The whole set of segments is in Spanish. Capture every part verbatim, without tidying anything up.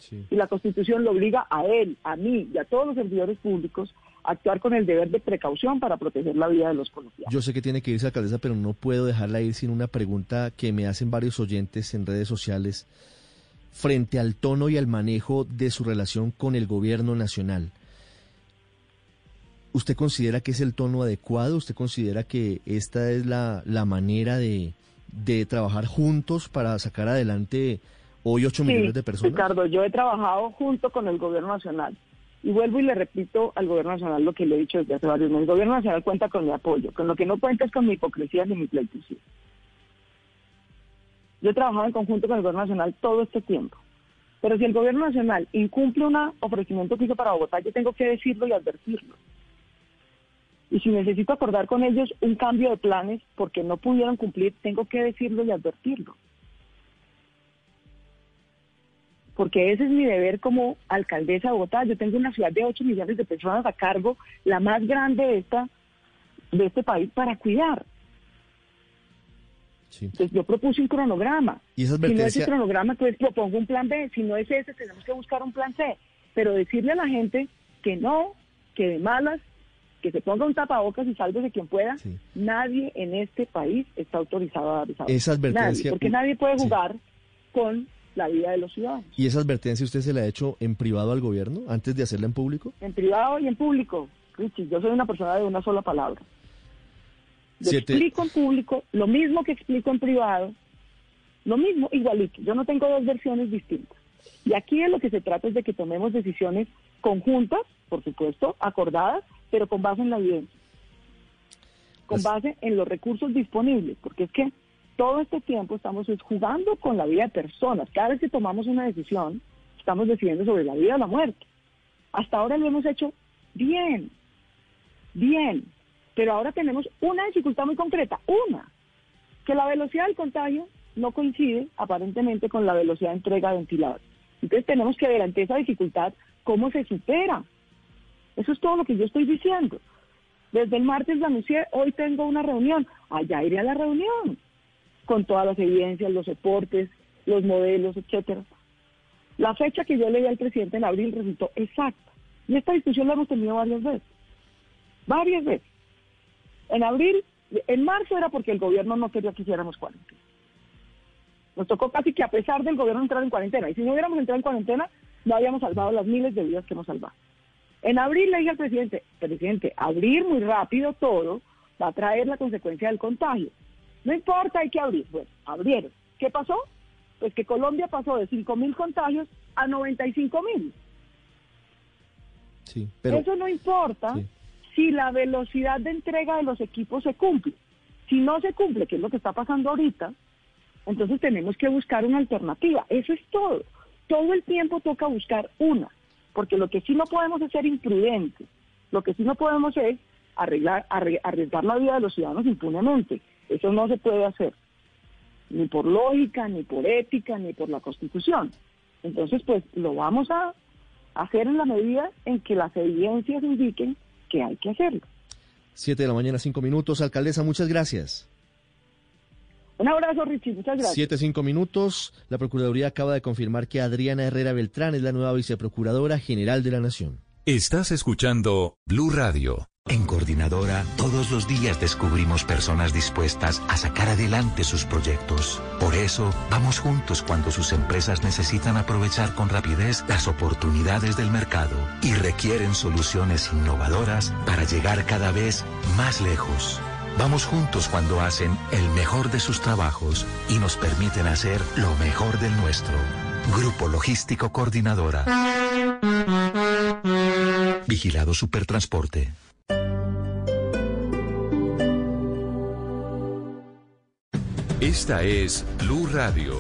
Sí. Y la Constitución lo obliga a él, a mí y a todos los servidores públicos a actuar con el deber de precaución para proteger la vida de los colombianos. Yo sé que tiene que irse, alcaldesa, pero no puedo dejarla ir sin una pregunta que me hacen varios oyentes en redes sociales frente al tono y al manejo de su relación con el gobierno nacional. ¿Usted considera que es el tono adecuado? ¿Usted considera que esta es la, la manera de, de trabajar juntos para sacar adelante hoy ocho millones de personas? Ricardo, yo he trabajado junto con el gobierno nacional. Y vuelvo y le repito al gobierno nacional lo que le he dicho desde hace varios meses. El gobierno nacional cuenta con mi apoyo. Con lo que no cuenta es con mi hipocresía ni mi pleitesía. Yo he trabajado en conjunto con el gobierno nacional todo este tiempo. Pero si el gobierno nacional incumple un ofrecimiento que hizo para Bogotá, yo tengo que decirlo y advertirlo. Y si necesito acordar con ellos un cambio de planes porque no pudieron cumplir, tengo que decirlo y advertirlo. Porque ese es mi deber como alcaldesa de Bogotá. Yo tengo una ciudad de ocho millones de personas a cargo, la más grande de esta de este país, para cuidar. Sí. Entonces yo propuse un cronograma. ¿Y esa advertencia? Si no es ese cronograma, pues propongo un plan B. Si no es ese, tenemos que buscar un plan C. Pero decirle a la gente que no, que de malas, que se ponga un tapabocas y sálvese quien pueda, sí. Nadie en este país está autorizado a dar esa, esa advertencia. Nadie, porque nadie puede jugar sí. con la vida de los ciudadanos. ¿Y esa advertencia usted se la ha hecho en privado al gobierno antes de hacerla en público? En privado y en público, Richie. Yo soy una persona de una sola palabra. Yo Siete. explico en público lo mismo que explico en privado, lo mismo, igualito. Yo no tengo dos versiones distintas. Y aquí de lo que se trata es de que tomemos decisiones conjuntas, por supuesto, acordadas, pero con base en la evidencia, con base en los recursos disponibles, porque es que todo este tiempo estamos jugando con la vida de personas. Cada vez que tomamos una decisión, estamos decidiendo sobre la vida o la muerte. Hasta ahora lo hemos hecho bien, bien, pero ahora tenemos una dificultad muy concreta, una, que la velocidad del contagio no coincide aparentemente con la velocidad de entrega de ventiladores. Entonces tenemos que ver ante esa dificultad cómo se supera. Eso es todo lo que yo estoy diciendo. Desde el martes la anuncié, hoy tengo una reunión, allá iré a la reunión, con todas las evidencias, los soportes, los modelos, etcétera. La fecha que yo le di al presidente en abril resultó exacta. Y esta discusión la hemos tenido varias veces. Varias veces. En abril, en marzo era porque el gobierno no quería que hiciéramos cuarentena. Nos tocó casi que a pesar del gobierno entrar en cuarentena. Y si no hubiéramos entrado en cuarentena, no habíamos salvado las miles de vidas que hemos salvado. En abril le dije al presidente, presidente, abrir muy rápido todo va a traer la consecuencia del contagio. No importa, hay que abrir. Bueno, abrieron. ¿Qué pasó? Pues que Colombia pasó de cinco mil contagios a noventa y cinco mil. Sí, pero... Eso no importa sí. si la velocidad de entrega de los equipos se cumple. Si no se cumple, que es lo que está pasando ahorita, entonces tenemos que buscar una alternativa. Eso es todo. Todo el tiempo toca buscar una. Porque lo que sí no podemos es ser imprudentes. Lo que sí no podemos es arreglar, arriesgar la vida de los ciudadanos impunemente. Eso no se puede hacer, ni por lógica, ni por ética, ni por la Constitución. Entonces, pues, lo vamos a hacer en la medida en que las evidencias indiquen que hay que hacerlo. Siete de la mañana, cinco minutos. Alcaldesa, muchas gracias. Un abrazo, Richie, muchas gracias. Siete, cinco minutos. La Procuraduría acaba de confirmar que Adriana Herrera Beltrán es la nueva Viceprocuradora General de la Nación. Estás escuchando Blue Radio. En Coordinadora, todos los días descubrimos personas dispuestas a sacar adelante sus proyectos. Por eso, vamos juntos cuando sus empresas necesitan aprovechar con rapidez las oportunidades del mercado y requieren soluciones innovadoras para llegar cada vez más lejos. Vamos juntos cuando hacen el mejor de sus trabajos y nos permiten hacer lo mejor del nuestro. Grupo Logístico Coordinadora. Vigilado Supertransporte. Esta es Blue Radio.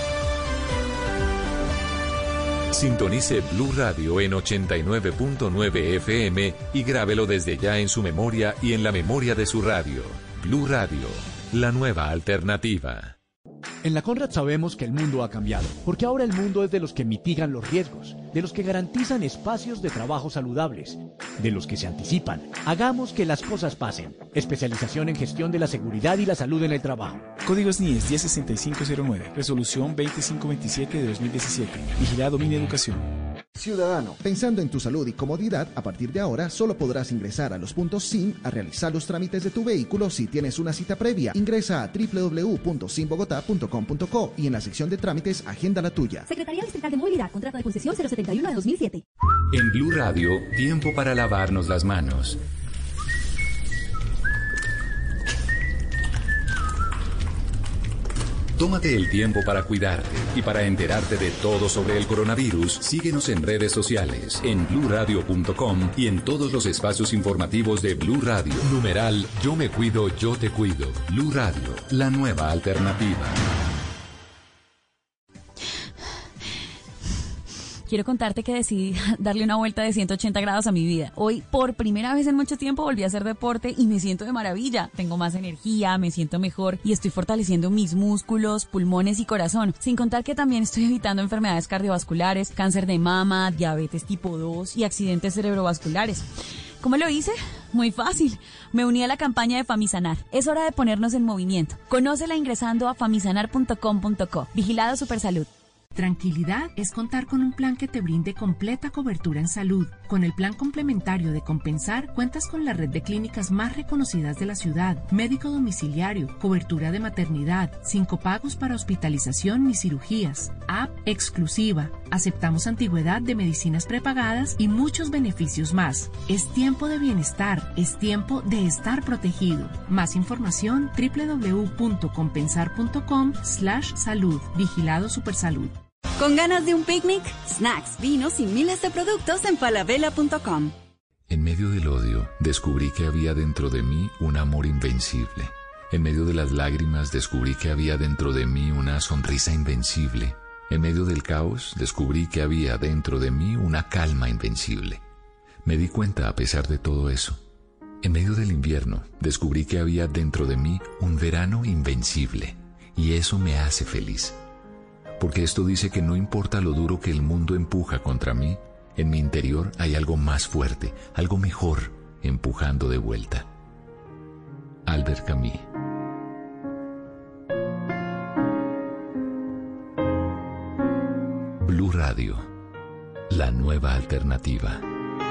Sintonice Blue Radio en ochenta y nueve punto nueve F M y grábelo desde ya en su memoria y en la memoria de su radio. Blue Radio, la nueva alternativa. En la Conrad sabemos que el mundo ha cambiado, porque ahora el mundo es de los que mitigan los riesgos, de los que garantizan espacios de trabajo saludables, de los que se anticipan. Hagamos que las cosas pasen. Especialización en gestión de la seguridad y la salud en el trabajo. Códigos N I E S diez sesenta y cinco cero nueve, Resolución veinticinco veintisiete de dos mil diecisiete. Vigilado Mineducación. Ciudadano, pensando en tu salud y comodidad, a partir de ahora solo podrás ingresar a los puntos S I M a realizar los trámites de tu vehículo si tienes una cita previa. Ingresa a doble u doble u doble u punto simbogotá punto com punto co y en la sección de trámites agenda la tuya. Secretaría Distrital de Movilidad, contrato de concesión cero setenta y uno de dos mil siete. En Blue Radio, tiempo para lavarnos las manos. Tómate el tiempo para cuidarte y para enterarte de todo sobre el coronavirus. Síguenos en redes sociales, en blue radio punto com y en todos los espacios informativos de Blue Radio. Numeral Yo me cuido, yo te cuido. Blue Radio, la nueva alternativa. Quiero contarte que decidí darle una vuelta de ciento ochenta grados a mi vida. Hoy, por primera vez en mucho tiempo, volví a hacer deporte y me siento de maravilla. Tengo más energía, me siento mejor y estoy fortaleciendo mis músculos, pulmones y corazón. Sin contar que también estoy evitando enfermedades cardiovasculares, cáncer de mama, diabetes tipo dos y accidentes cerebrovasculares. ¿Cómo lo hice? Muy fácil. Me uní a la campaña de Famisanar. Es hora de ponernos en movimiento. Conócela ingresando a famisanar punto com punto co. Vigilado Supersalud. Tranquilidad es contar con un plan que te brinde completa cobertura en salud. Con el plan complementario de Compensar, cuentas con la red de clínicas más reconocidas de la ciudad, médico domiciliario, cobertura de maternidad, sin copagos para hospitalización ni cirugías, app exclusiva, aceptamos antigüedad de medicinas prepagadas y muchos beneficios más. Es tiempo de bienestar, es tiempo de estar protegido. Más información, doble u doble u doble u punto compensar punto com slash salud. Vigilado Supersalud. ¿Con ganas de un picnic? Snacks, vinos y miles de productos en falabella punto com. En medio del odio, descubrí que había dentro de mí un amor invencible. En medio de las lágrimas, descubrí que había dentro de mí una sonrisa invencible. En medio del caos, descubrí que había dentro de mí una calma invencible. Me di cuenta a pesar de todo eso. En medio del invierno, descubrí que había dentro de mí un verano invencible. Y eso me hace feliz. Porque esto dice que no importa lo duro que el mundo empuja contra mí, en mi interior hay algo más fuerte, algo mejor, empujando de vuelta. Albert Camus. Blue Radio, la nueva alternativa.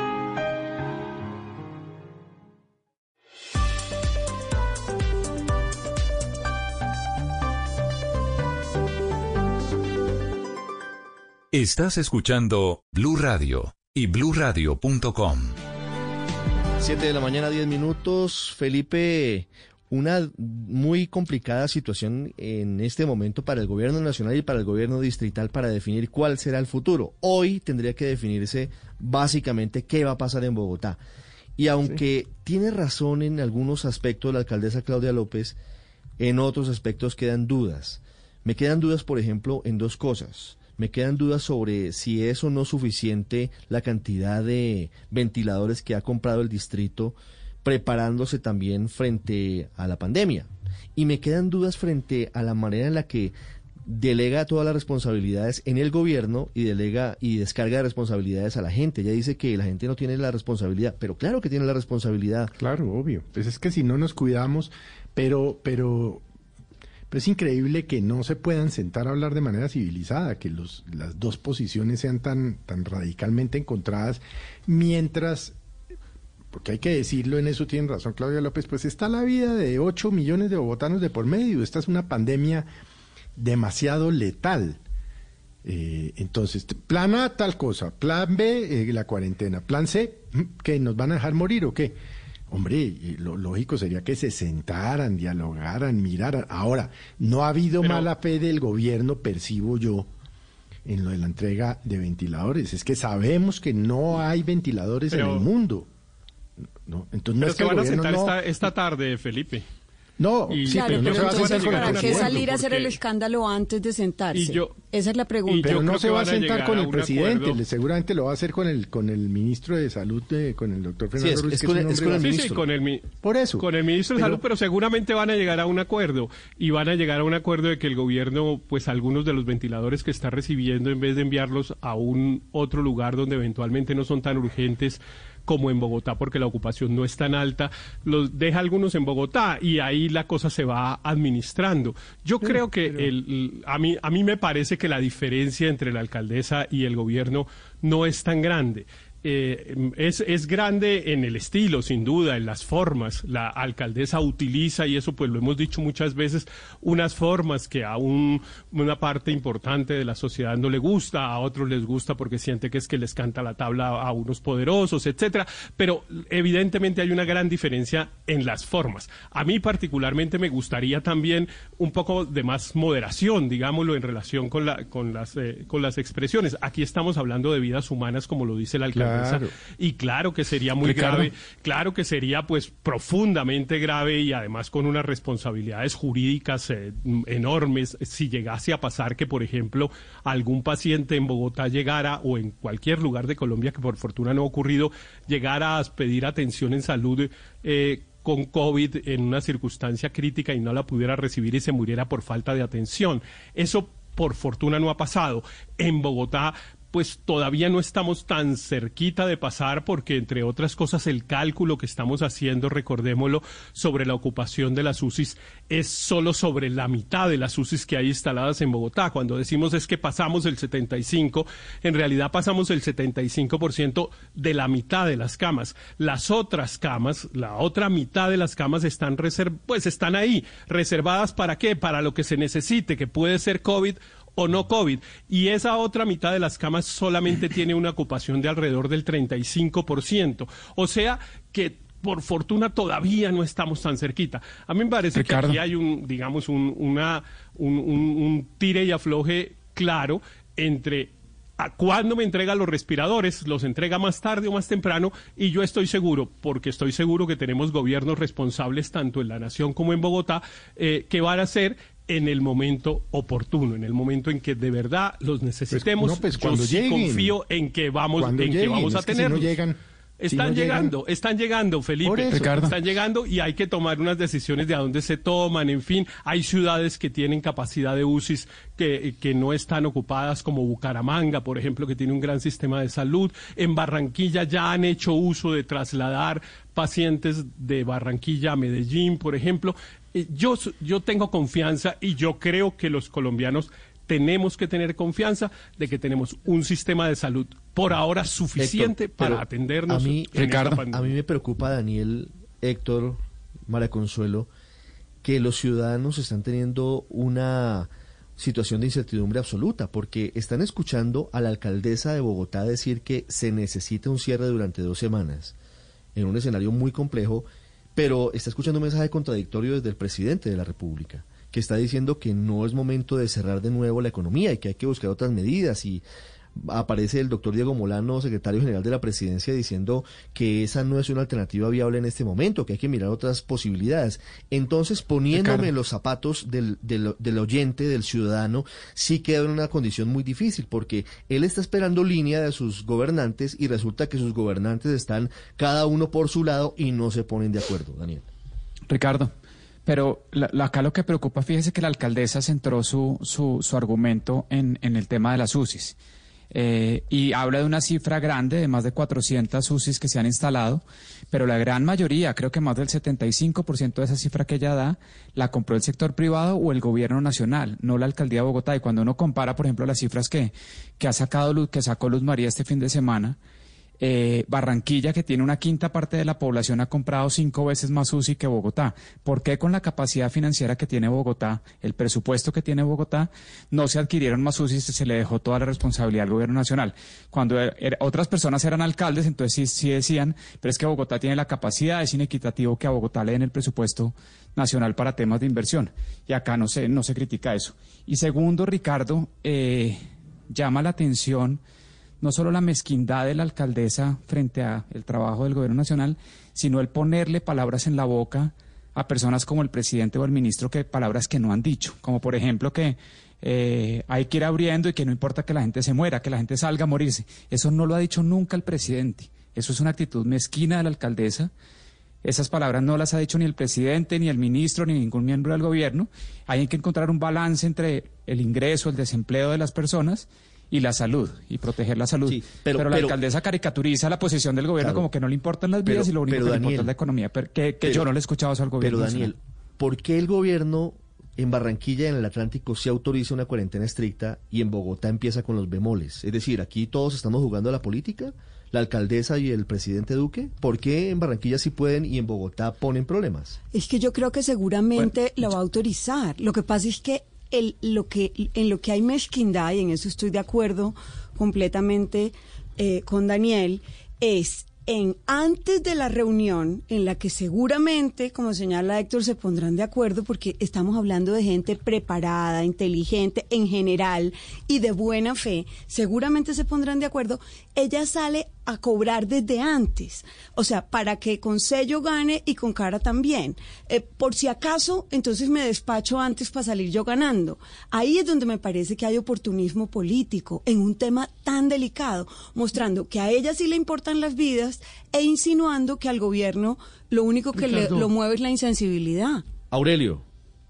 Estás escuchando Blue Radio y blue radio punto com. Siete de la mañana, diez minutos. Felipe, una muy complicada situación en este momento para el gobierno nacional y para el gobierno distrital para definir cuál será el futuro. Hoy tendría que definirse básicamente qué va a pasar en Bogotá. Y aunque sí. tiene razón en algunos aspectos la alcaldesa Claudia López, en otros aspectos quedan dudas. Me quedan dudas, por ejemplo, en dos cosas. Me quedan dudas sobre si es o no suficiente la cantidad de ventiladores que ha comprado el distrito preparándose también frente a la pandemia. Y me quedan dudas frente a la manera en la que delega todas las responsabilidades en el gobierno y delega y descarga de responsabilidades a la gente. Ella dice que la gente no tiene la responsabilidad, pero claro que tiene la responsabilidad. Claro, obvio. Pues es que si no nos cuidamos, pero... pero... Pero es increíble que no se puedan sentar a hablar de manera civilizada, que los, las dos posiciones sean tan, tan radicalmente encontradas, mientras, porque hay que decirlo, en eso tiene razón Claudia López, pues está la vida de ocho millones de bogotanos de por medio. Esta es una pandemia demasiado letal. Eh, entonces, plan A, tal cosa, plan B, eh, la cuarentena, plan C, ¿qué, nos van a dejar morir o qué? Hombre, lo lógico sería que se sentaran, dialogaran, miraran. Ahora, no ha habido Pero, mala fe del gobierno, percibo yo, en lo de la entrega de ventiladores. Es que sabemos que no hay ventiladores Pero, en el mundo. No, entonces no Pero es que se van el a sentar no... esta, esta tarde, Felipe. No, y, sí, claro, pero no se va a sentar con el ¿para qué presidente? salir a hacer el escándalo antes de sentarse? Y yo, Esa es la pregunta. Pero no se va a a sentar con el presidente, acuerdo. seguramente lo va a hacer con el con el ministro de Salud, de, con el doctor Fernando Sí, es, Ruiz, es que con, es un el- es hombre con el Sí, ministro. sí, con el, mi- Por eso. con el ministro de Pero- Salud, pero seguramente van a llegar a un acuerdo y van a llegar a un acuerdo de que el gobierno, pues algunos de los ventiladores que está recibiendo, en vez de enviarlos a un otro lugar donde eventualmente no son tan urgentes como en Bogotá, porque la ocupación no es tan alta, los deja algunos en Bogotá y ahí la cosa se va administrando. Yo creo que el, el- a mí a mí me parece que la diferencia entre la alcaldesa y el gobierno no es tan grande. Eh, es, es grande en el estilo, sin duda, en las formas. La alcaldesa utiliza, y eso pues lo hemos dicho muchas veces, unas formas que a un, una parte importante de la sociedad no le gusta, a otros les gusta porque siente que es que les canta la tabla a unos poderosos, etcétera. Pero evidentemente hay una gran diferencia en las formas. A mí particularmente me gustaría también un poco de más moderación, digámoslo, en relación con, la, con, las, eh, con las expresiones. Aquí estamos hablando de vidas humanas, como lo dice la alcaldesa. Claro. Y claro que sería muy Ricardo. grave, claro que sería pues profundamente grave y además con unas responsabilidades jurídicas eh, enormes si llegase a pasar que, por ejemplo, algún paciente en Bogotá llegara, o en cualquier lugar de Colombia, que por fortuna no ha ocurrido, llegara a pedir atención en salud eh, con COVID en una circunstancia crítica y no la pudiera recibir y se muriera por falta de atención. Eso por fortuna no ha pasado. En Bogotá pues todavía no estamos tan cerquita de pasar porque, entre otras cosas, el cálculo que estamos haciendo, recordémoslo, sobre la ocupación de las U C Is es solo sobre la mitad de las U C Is que hay instaladas en Bogotá. Cuando decimos es que pasamos el setenta y cinco, en realidad pasamos el setenta y cinco por ciento de la mitad de las camas. Las otras camas, la otra mitad de las camas están reserv- pues están ahí, reservadas ¿para qué? Para lo que se necesite, que puede ser COVID o no COVID, y esa otra mitad de las camas solamente tiene una ocupación de alrededor del treinta y cinco por ciento. O sea que por fortuna todavía no estamos tan cerquita. A mí me parece Ricardo. que aquí hay un, digamos, un, una, un, un, un tire y afloje claro entre a cuándo me entrega los respiradores, los entrega más tarde o más temprano, y yo estoy seguro, porque estoy seguro que tenemos gobiernos responsables tanto en la Nación como en Bogotá, eh, que van a ser en el momento oportuno, en el momento en que de verdad los necesitemos. Pues, no, pues, yo cuando sí lleguen. confío en que vamos, en Cuando que lleguen, vamos a es que si tenerlos. no llegan, Están si no llegando, llegan. están llegando, Felipe. Por eso. Ricardo. Están llegando y hay que tomar unas decisiones de a dónde se toman. En fin, hay ciudades que tienen capacidad de U C Is que, que no están ocupadas, como Bucaramanga, por ejemplo, que tiene un gran sistema de salud. En Barranquilla ya han hecho uso de trasladar pacientes de Barranquilla a Medellín, por ejemplo. Eh, Yo, yo tengo confianza y yo creo que los colombianos tenemos que tener confianza de que tenemos un sistema de salud por ahora suficiente Héctor, para pero atendernos. a mí, en Ricardo, esta pandemia. A mí me preocupa, Daniel, Héctor, María Consuelo, que los ciudadanos están teniendo una situación de incertidumbre absoluta, porque están escuchando a la alcaldesa de Bogotá decir que se necesita un cierre durante dos semanas, en un escenario muy complejo, pero está escuchando un mensaje contradictorio desde el presidente de la República, que está diciendo que no es momento de cerrar de nuevo la economía y que hay que buscar otras medidas, y aparece el doctor Diego Molano, secretario general de la presidencia, diciendo que esa no es una alternativa viable en este momento, que hay que mirar otras posibilidades. Entonces, poniéndome Ricardo. en los zapatos del, del, del oyente, del ciudadano, sí queda en una condición muy difícil, porque él está esperando línea de sus gobernantes y resulta que sus gobernantes están cada uno por su lado y no se ponen de acuerdo, Daniel. Ricardo, pero la- la- acá lo que preocupa, fíjese que la alcaldesa centró su, su, su argumento en, en el tema de las U C Is. Eh, y habla de una cifra grande de más de cuatrocientas U C Is que se han instalado, pero la gran mayoría, creo que más del setenta y cinco por ciento de esa cifra que ella da, la compró el sector privado o el gobierno nacional, no la alcaldía de Bogotá. Y cuando uno compara, por ejemplo, las cifras que, que ha sacado Luz, que sacó Luz María este fin de semana, Eh, Barranquilla, que tiene una quinta parte de la población, ha comprado cinco veces más U C I que Bogotá. ¿Por qué con la capacidad financiera que tiene Bogotá, el presupuesto que tiene Bogotá, no se adquirieron más U C I y se le dejó toda la responsabilidad al gobierno nacional? Cuando er, er, otras personas eran alcaldes, entonces sí, sí decían, pero es que Bogotá tiene la capacidad, es inequitativo que a Bogotá le den el presupuesto nacional para temas de inversión. Y acá no se, no se critica eso. Y segundo, Ricardo, eh, llama la atención no solo la mezquindad de la alcaldesa frente a el trabajo del gobierno nacional, sino el ponerle palabras en la boca a personas como el presidente o el ministro que palabras que no han dicho, como por ejemplo que eh, hay que ir abriendo y que no importa que la gente se muera, que la gente salga a morirse. Eso no lo ha dicho nunca el presidente. Eso es una actitud mezquina de la alcaldesa. Esas palabras no las ha dicho ni el presidente, ni el ministro, ni ningún miembro del gobierno. Hay que encontrar un balance entre el ingreso, el desempleo de las personas y la salud, y proteger la salud. Sí, pero, pero la pero, alcaldesa caricaturiza la posición del gobierno, claro, como que no le importan las vidas pero, y lo único que Daniel, le importa es la economía, pero, que, que pero, yo no le he escuchado eso al gobierno. Pero Daniel, ¿por qué el gobierno en Barranquilla y en el Atlántico se autoriza una cuarentena estricta y en Bogotá empieza con los bemoles? Es decir, aquí todos estamos jugando a la política, la alcaldesa y el presidente Duque. ¿Por qué en Barranquilla sí pueden y en Bogotá ponen problemas? Es que yo creo que seguramente bueno, la va a autorizar. Lo que pasa es que El, lo que, en lo que hay mezquindad, y en eso estoy de acuerdo completamente eh, con Daniel, es en antes de la reunión en la que seguramente, como señala Héctor, se pondrán de acuerdo porque estamos hablando de gente preparada, inteligente en general y de buena fe, seguramente se pondrán de acuerdo. Ella sale a cobrar desde antes, o sea, para que con sello gane y con cara también. Eh, por si acaso, entonces me despacho antes para salir yo ganando. Ahí es donde me parece que hay oportunismo político en un tema tan delicado, mostrando que a ella sí le importan las vidas e insinuando que al gobierno lo único que le, lo mueve es la insensibilidad. Aurelio.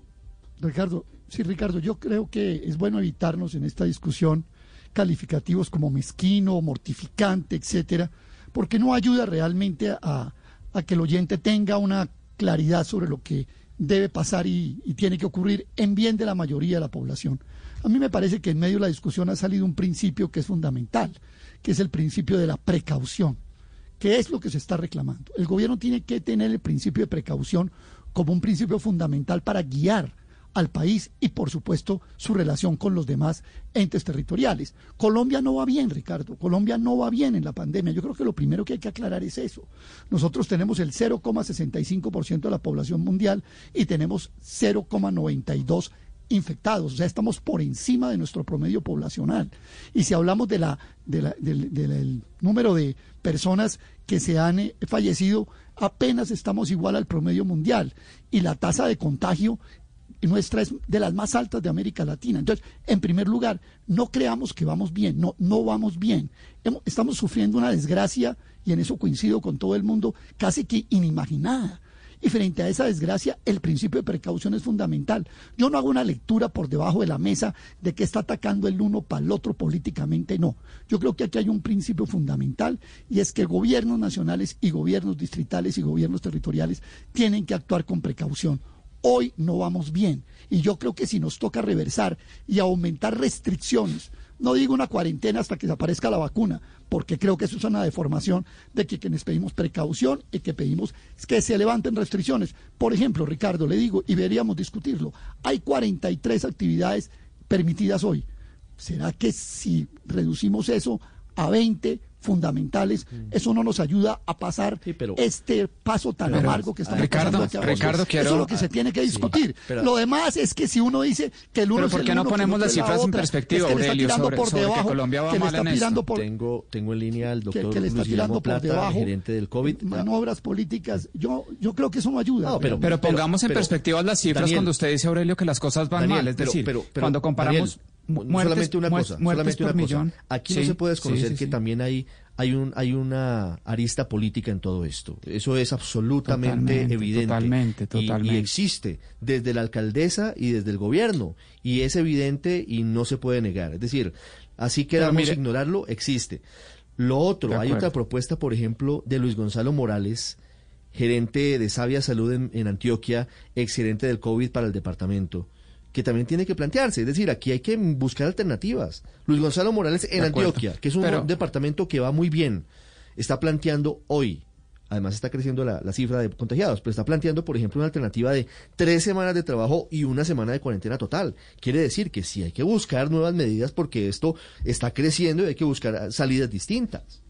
Ricardo, sí, Ricardo, yo creo que es bueno evitarnos en esta discusión calificativos como mezquino, mortificante, etcétera, porque no ayuda realmente a, a que el oyente tenga una claridad sobre lo que debe pasar y, y tiene que ocurrir en bien de la mayoría de la población. A mí me parece que en medio de la discusión ha salido un principio que es fundamental, que es el principio de la precaución, que es lo que se está reclamando. El gobierno tiene que tener el principio de precaución como un principio fundamental para guiar al país y, por supuesto, su relación con los demás entes territoriales. Colombia no va bien, Ricardo. Colombia no va bien en la pandemia. Yo creo que lo primero que hay que aclarar es eso. Nosotros tenemos el cero coma sesenta y cinco por ciento de la población mundial y tenemos cero coma noventa y dos infectados. O sea, estamos por encima de nuestro promedio poblacional. Y si hablamos de la, de la, del, del número de personas que se han eh, fallecido, apenas estamos igual al promedio mundial. Y la tasa de contagio nuestra es de las más altas de América Latina. Entonces, en primer lugar, no creamos que vamos bien, no, no vamos bien. Hemos, estamos sufriendo una desgracia, y en eso coincido con todo el mundo, casi que inimaginada. Y frente a esa desgracia, el principio de precaución es fundamental. Yo no hago una lectura por debajo de la mesa de que está atacando el uno para el otro políticamente, no. Yo creo que aquí hay un principio fundamental, y es que gobiernos nacionales y gobiernos distritales y gobiernos territoriales tienen que actuar con precaución. Hoy no vamos bien, y yo creo que si nos toca reversar y aumentar restricciones, no digo una cuarentena hasta que aparezca la vacuna, porque creo que eso es una deformación de que quienes pedimos precaución y que pedimos que se levanten restricciones. Por ejemplo, Ricardo, le digo, y deberíamos discutirlo, hay cuarenta y tres actividades permitidas hoy. ¿Será que si reducimos eso a veinte fundamentales, eso no nos ayuda a pasar sí, pero, este paso tan pero, amargo que estamos Ricardo, pasando aquí Ricardo, quiero, eso es lo que se tiene que discutir. Sí, pero, lo demás es que si uno dice que el uno pero ¿por qué es el no uno, ponemos las cifras en perspectiva, Aurelio, sobre, por sobre debajo, que Colombia va mal en esto? Por, tengo, tengo en línea al doctor que, que le está Luis tirando Plata, por debajo, gerente del COVID. Manobras políticas, yo yo creo que eso no ayuda. No, pero, pero, pero pongamos en pero, perspectiva las cifras Daniel, cuando usted dice, Aurelio, que las cosas van Daniel, mal. Es pero, decir, pero, pero, cuando comparamos Daniel, muertes, solamente una cosa, muertes solamente por una cosa. millón. Aquí sí, no se puede desconocer sí, sí, que sí. también hay hay un hay una arista política en todo esto. Eso es absolutamente totalmente, evidente. Totalmente, totalmente. Y, y existe desde la alcaldesa y desde el gobierno, y es evidente y no se puede negar. Es decir, así queramos mire, ignorarlo, existe. Lo otro, hay otra propuesta, por ejemplo, de Luis Gonzalo Morales, gerente de Sabia Salud en, en Antioquia, exgerente del COVID para el departamento, que también tiene que plantearse. Es decir, aquí hay que buscar alternativas. Luis Gonzalo Morales en Antioquia, que es un Pero, departamento que va muy bien, está planteando hoy, además está creciendo la, la cifra de contagiados, pero está planteando, por ejemplo, una alternativa de tres semanas de trabajo y una semana de cuarentena total. Quiere decir que sí hay que buscar nuevas medidas porque esto está creciendo y hay que buscar salidas distintas.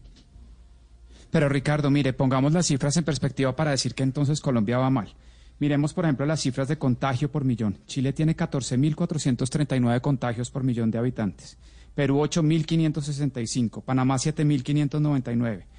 Pero Ricardo, mire, pongamos las cifras en perspectiva para decir que entonces Colombia va mal. Miremos, por ejemplo, las cifras de contagio por millón. Chile tiene catorce mil cuatrocientos treinta y nueve contagios por millón de habitantes. Perú ocho mil quinientos sesenta y cinco. Panamá siete mil quinientos noventa y nueve.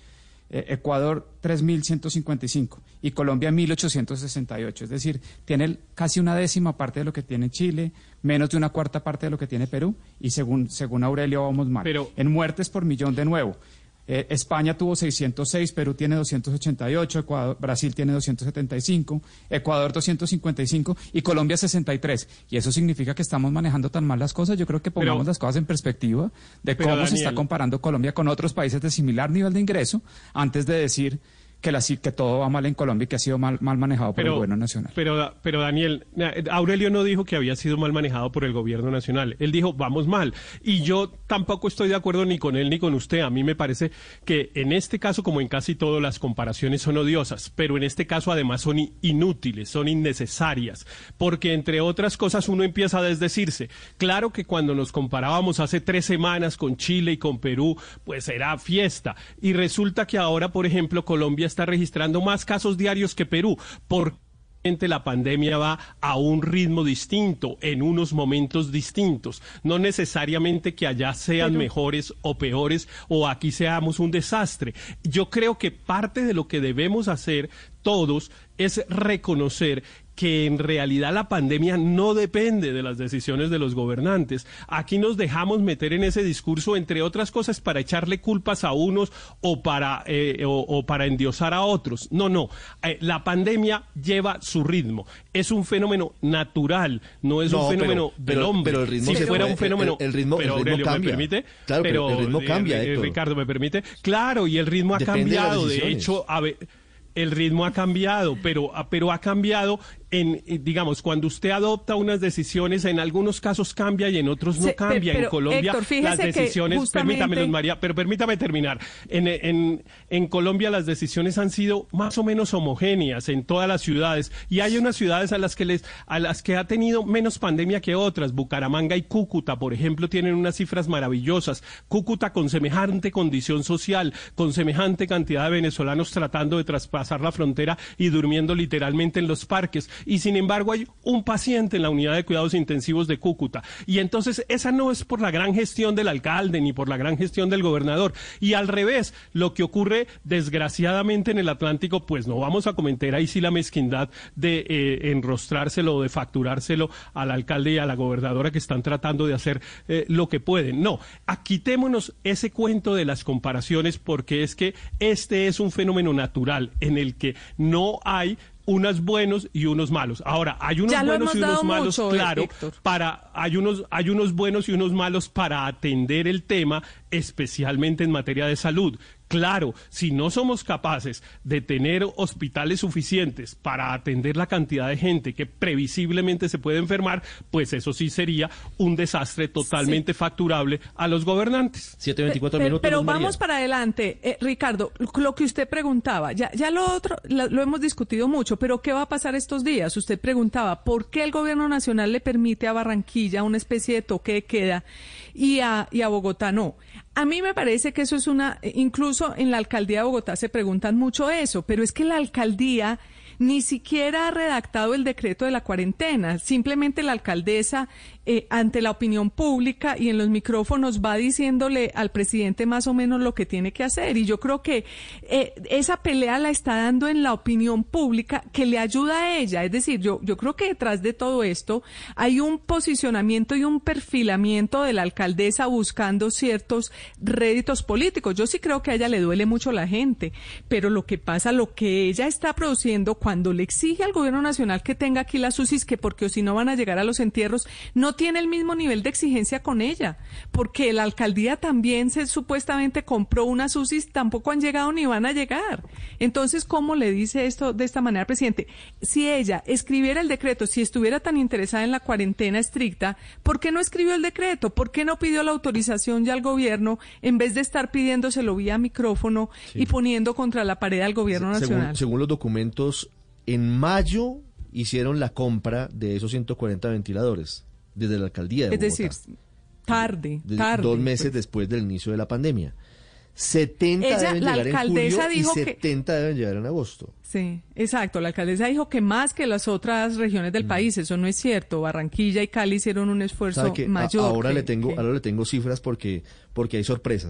eh, Ecuador tres mil ciento cincuenta y cinco y Colombia mil ochocientos sesenta y ocho. Es decir, tiene casi una décima parte de lo que tiene Chile, menos de una cuarta parte de lo que tiene Perú, y según, según Aurelio vamos mal. Pero, en muertes por millón de nuevo. Eh, España tuvo seiscientos seis, Perú tiene doscientos ochenta y ocho, Ecuador, Brasil tiene doscientos setenta y cinco, Ecuador doscientos cincuenta y cinco y Colombia sesenta y tres. Y eso significa que estamos manejando tan mal las cosas. Yo creo que pongamos pero, las cosas en perspectiva de cómo Daniel, se está comparando Colombia con otros países de similar nivel de ingreso antes de decir que, la, que todo va mal en Colombia y que ha sido mal, mal manejado por pero, el gobierno nacional. Pero, pero Daniel, Aurelio no dijo que había sido mal manejado por el gobierno nacional. Él dijo, vamos mal. Y yo tampoco estoy de acuerdo ni con él ni con usted. A mí me parece que en este caso, como en casi todo, las comparaciones son odiosas. Pero en este caso, además, son inútiles, son innecesarias. Porque, entre otras cosas, uno empieza a desdecirse. Claro que cuando nos comparábamos hace tres semanas con Chile y con Perú, pues era fiesta. Y resulta que ahora, por ejemplo, Colombia está registrando más casos diarios que Perú, porque la pandemia va a un ritmo distinto, en unos momentos distintos. No necesariamente que allá sean Pero... mejores o peores, o aquí seamos un desastre. Yo creo que parte de lo que debemos hacer todos es reconocer que en realidad la pandemia no depende de las decisiones de los gobernantes. Aquí nos dejamos meter en ese discurso, entre otras cosas, para echarle culpas a unos o para, eh, o, o para endiosar a otros. No, no. Eh, la pandemia lleva su ritmo. Es un fenómeno natural, no es no, un fenómeno pero, del pero, hombre. Pero el ritmo si se fuera puede, un fenómeno... El, el ritmo, pero, el ritmo Aurelio, cambia. ¿me permite? Claro, pero, pero el ritmo cambia, eh, Héctor. Ricardo, ¿me permite? Claro, y el ritmo ha Depende cambiado. De, de hecho, a ver... El ritmo ha cambiado, pero, pero ha cambiado en, digamos, cuando usted adopta unas decisiones, en algunos casos cambia y en otros no sí, cambia. Pero, en Colombia, Héctor, las decisiones, justamente... permítame, Luz María, pero permítame terminar. En, en, en Colombia las decisiones han sido más o menos homogéneas en todas las ciudades, y hay unas ciudades a las que les, a las que ha tenido menos pandemia que otras. Bucaramanga y Cúcuta, por ejemplo, tienen unas cifras maravillosas. Cúcuta con semejante condición social, con semejante cantidad de venezolanos tratando de traspasar pasar la frontera y durmiendo literalmente en los parques, y sin embargo hay un paciente en la unidad de cuidados intensivos de Cúcuta, y entonces esa no es por la gran gestión del alcalde ni por la gran gestión del gobernador, y al revés, lo que ocurre desgraciadamente en el Atlántico, pues no vamos a cometer ahí sí la mezquindad de eh, enrostrárselo o de facturárselo al alcalde y a la gobernadora, que están tratando de hacer eh, lo que pueden. No, quitémonos ese cuento de las comparaciones, porque es que este es un fenómeno natural en el que no hay unos buenos y unos malos. Ahora, hay unos buenos y unos malos, mucho, claro, Héctor. para hay unos hay unos buenos y unos malos para atender el tema, especialmente en materia de salud. Claro, si no somos capaces de tener hospitales suficientes para atender la cantidad de gente que previsiblemente se puede enfermar, pues eso sí sería un desastre totalmente sí. facturable a los gobernantes. siete veinticuatro pero, minutos. Pero vamos para adelante. Eh, Ricardo, lo que usted preguntaba, ya, ya lo otro lo, lo hemos discutido mucho, pero ¿qué va a pasar estos días? Usted preguntaba, ¿por qué el gobierno nacional le permite a Barranquilla una especie de toque de queda y a, y a Bogotá no? A mí me parece que eso es una, incluso en la alcaldía de Bogotá se preguntan mucho eso, pero es que la alcaldía ni siquiera ha redactado el decreto de la cuarentena, simplemente la alcaldesa eh, ante la opinión pública y en los micrófonos va diciéndole al presidente más o menos lo que tiene que hacer, y yo creo que eh, esa pelea la está dando en la opinión pública que le ayuda a ella, es decir, yo, yo creo que detrás de todo esto hay un posicionamiento y un perfilamiento de la alcaldesa buscando ciertos réditos políticos. Yo sí creo que a ella le duele mucho la gente, pero lo que pasa, lo que ella está produciendo cuando le exige al gobierno nacional que tenga aquí las U C Is, que porque o si no van a llegar a los entierros, no tiene el mismo nivel de exigencia con ella, porque la alcaldía también se supuestamente compró unas U C Is, tampoco han llegado ni van a llegar. Entonces, ¿cómo le dice esto de esta manera al presidente? Si ella escribiera el decreto, si estuviera tan interesada en la cuarentena estricta, ¿por qué no escribió el decreto? ¿Por qué no pidió la autorización ya al gobierno en vez de estar pidiéndoselo vía micrófono sí. y poniendo contra la pared al gobierno Se, nacional? Según, según los documentos, en mayo hicieron la compra de esos ciento cuarenta ventiladores desde la alcaldía de Bogotá. Es decir, tarde, tarde. Dos meses pues. después del inicio de la pandemia. setenta Ella, deben llegar en julio dijo y setenta que... deben llegar en agosto. Sí, exacto. La alcaldesa dijo que más que las otras regiones del mm. país, eso no es cierto. Barranquilla y Cali hicieron un esfuerzo mayor. A, ahora que, le tengo, que... ahora le tengo cifras porque porque hay sorpresas.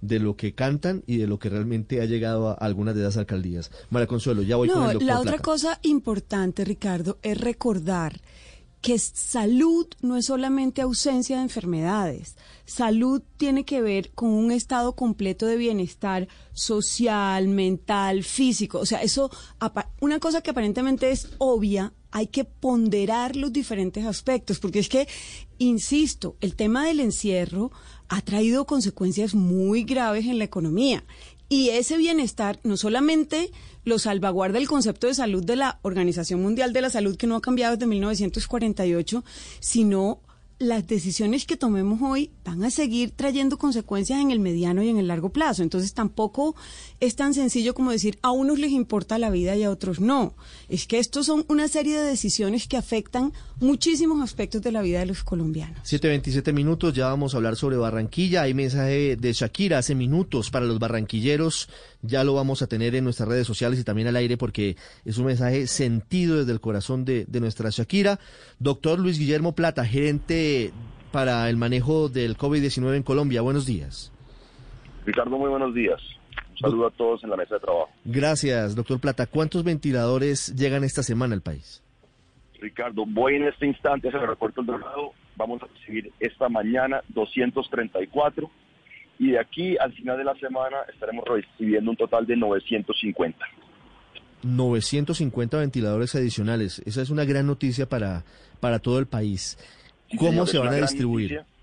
de lo que cantan y de lo que realmente ha llegado a algunas de las alcaldías. María Consuelo, ya voy no, con el doctor la otra Plata. cosa importante, Ricardo, es recordar que salud no es solamente ausencia de enfermedades. Salud tiene que ver con un estado completo de bienestar social, mental, físico. O sea, eso, una cosa que aparentemente es obvia, hay que ponderar los diferentes aspectos, porque es que, insisto, el tema del encierro ha traído consecuencias muy graves en la economía. Y ese bienestar no solamente lo salvaguarda el concepto de salud de la Organización Mundial de la Salud, que no ha cambiado desde mil novecientos cuarenta y ocho, sino las decisiones que tomemos hoy van a seguir trayendo consecuencias en el mediano y en el largo plazo. Entonces tampoco es tan sencillo como decir a unos les importa la vida y a otros no. Es que estos son una serie de decisiones que afectan muchísimos aspectos de la vida de los colombianos. siete veintisiete minutos, ya vamos a hablar sobre Barranquilla. Hay mensaje de Shakira hace minutos para los barranquilleros. Ya lo vamos a tener en nuestras redes sociales y también al aire porque es un mensaje sentido desde el corazón de, de nuestra Shakira. Doctor Luis Guillermo Plata, gerente para el manejo del COVID diecinueve en Colombia. Buenos días. Ricardo, muy buenos días. Un saludo a todos en la mesa de trabajo. Gracias, doctor Plata. ¿Cuántos ventiladores llegan esta semana al país? Ricardo, voy en este instante hacia el aeropuerto del Dorado. Vamos a recibir esta mañana doscientos treinta y cuatro. Y de aquí al final de la semana estaremos recibiendo un total de novecientos cincuenta. novecientos cincuenta ventiladores adicionales. Esa es una gran noticia para, para todo el país. Sí, ¿Cómo señor, se van a distribuir? Noticia.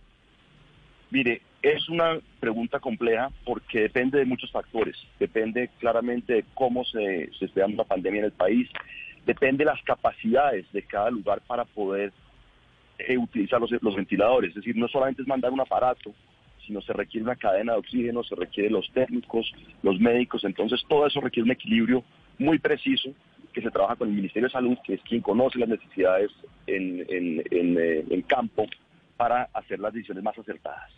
Mire, es una pregunta compleja porque depende de muchos factores. Depende claramente de cómo se, se esté dando la pandemia en el país. Depende de las capacidades de cada lugar para poder eh, utilizar los, los ventiladores. Es decir, no solamente es mandar un aparato, sino se requiere una cadena de oxígeno, se requiere los técnicos, los médicos, entonces todo eso requiere un equilibrio muy preciso que se trabaja con el Ministerio de Salud, que es quien conoce las necesidades en, en, en, eh, en campo para hacer las decisiones más acertadas.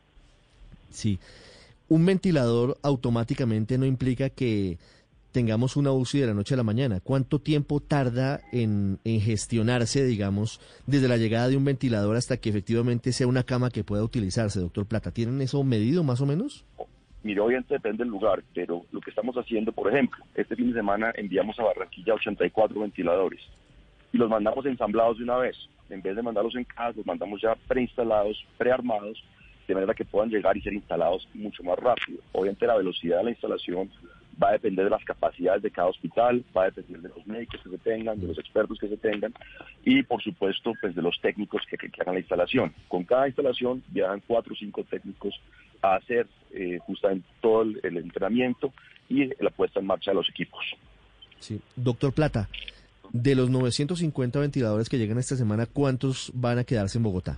Sí, un ventilador automáticamente no implica que tengamos una U C I de la noche a la mañana. ¿Cuánto tiempo tarda en, en gestionarse, digamos, desde la llegada de un ventilador hasta que efectivamente sea una cama que pueda utilizarse, doctor Plata? ¿Tienen eso medido más o menos? Mire, obviamente depende del lugar, pero lo que estamos haciendo, por ejemplo, este fin de semana enviamos a Barranquilla ochenta y cuatro ventiladores y los mandamos ensamblados de una vez. En vez de mandarlos en casa, los mandamos ya preinstalados, prearmados, de manera que puedan llegar y ser instalados mucho más rápido. Obviamente la velocidad de la instalación va a depender de las capacidades de cada hospital, va a depender de los médicos que se tengan, de los expertos que se tengan y, por supuesto, pues de los técnicos que, que, que hagan la instalación. Con cada instalación viajan cuatro o cinco técnicos a hacer eh, justamente todo el, el entrenamiento y la puesta en marcha de los equipos. Sí, doctor Plata, de los novecientos cincuenta ventiladores que llegan esta semana, ¿cuántos van a quedarse en Bogotá?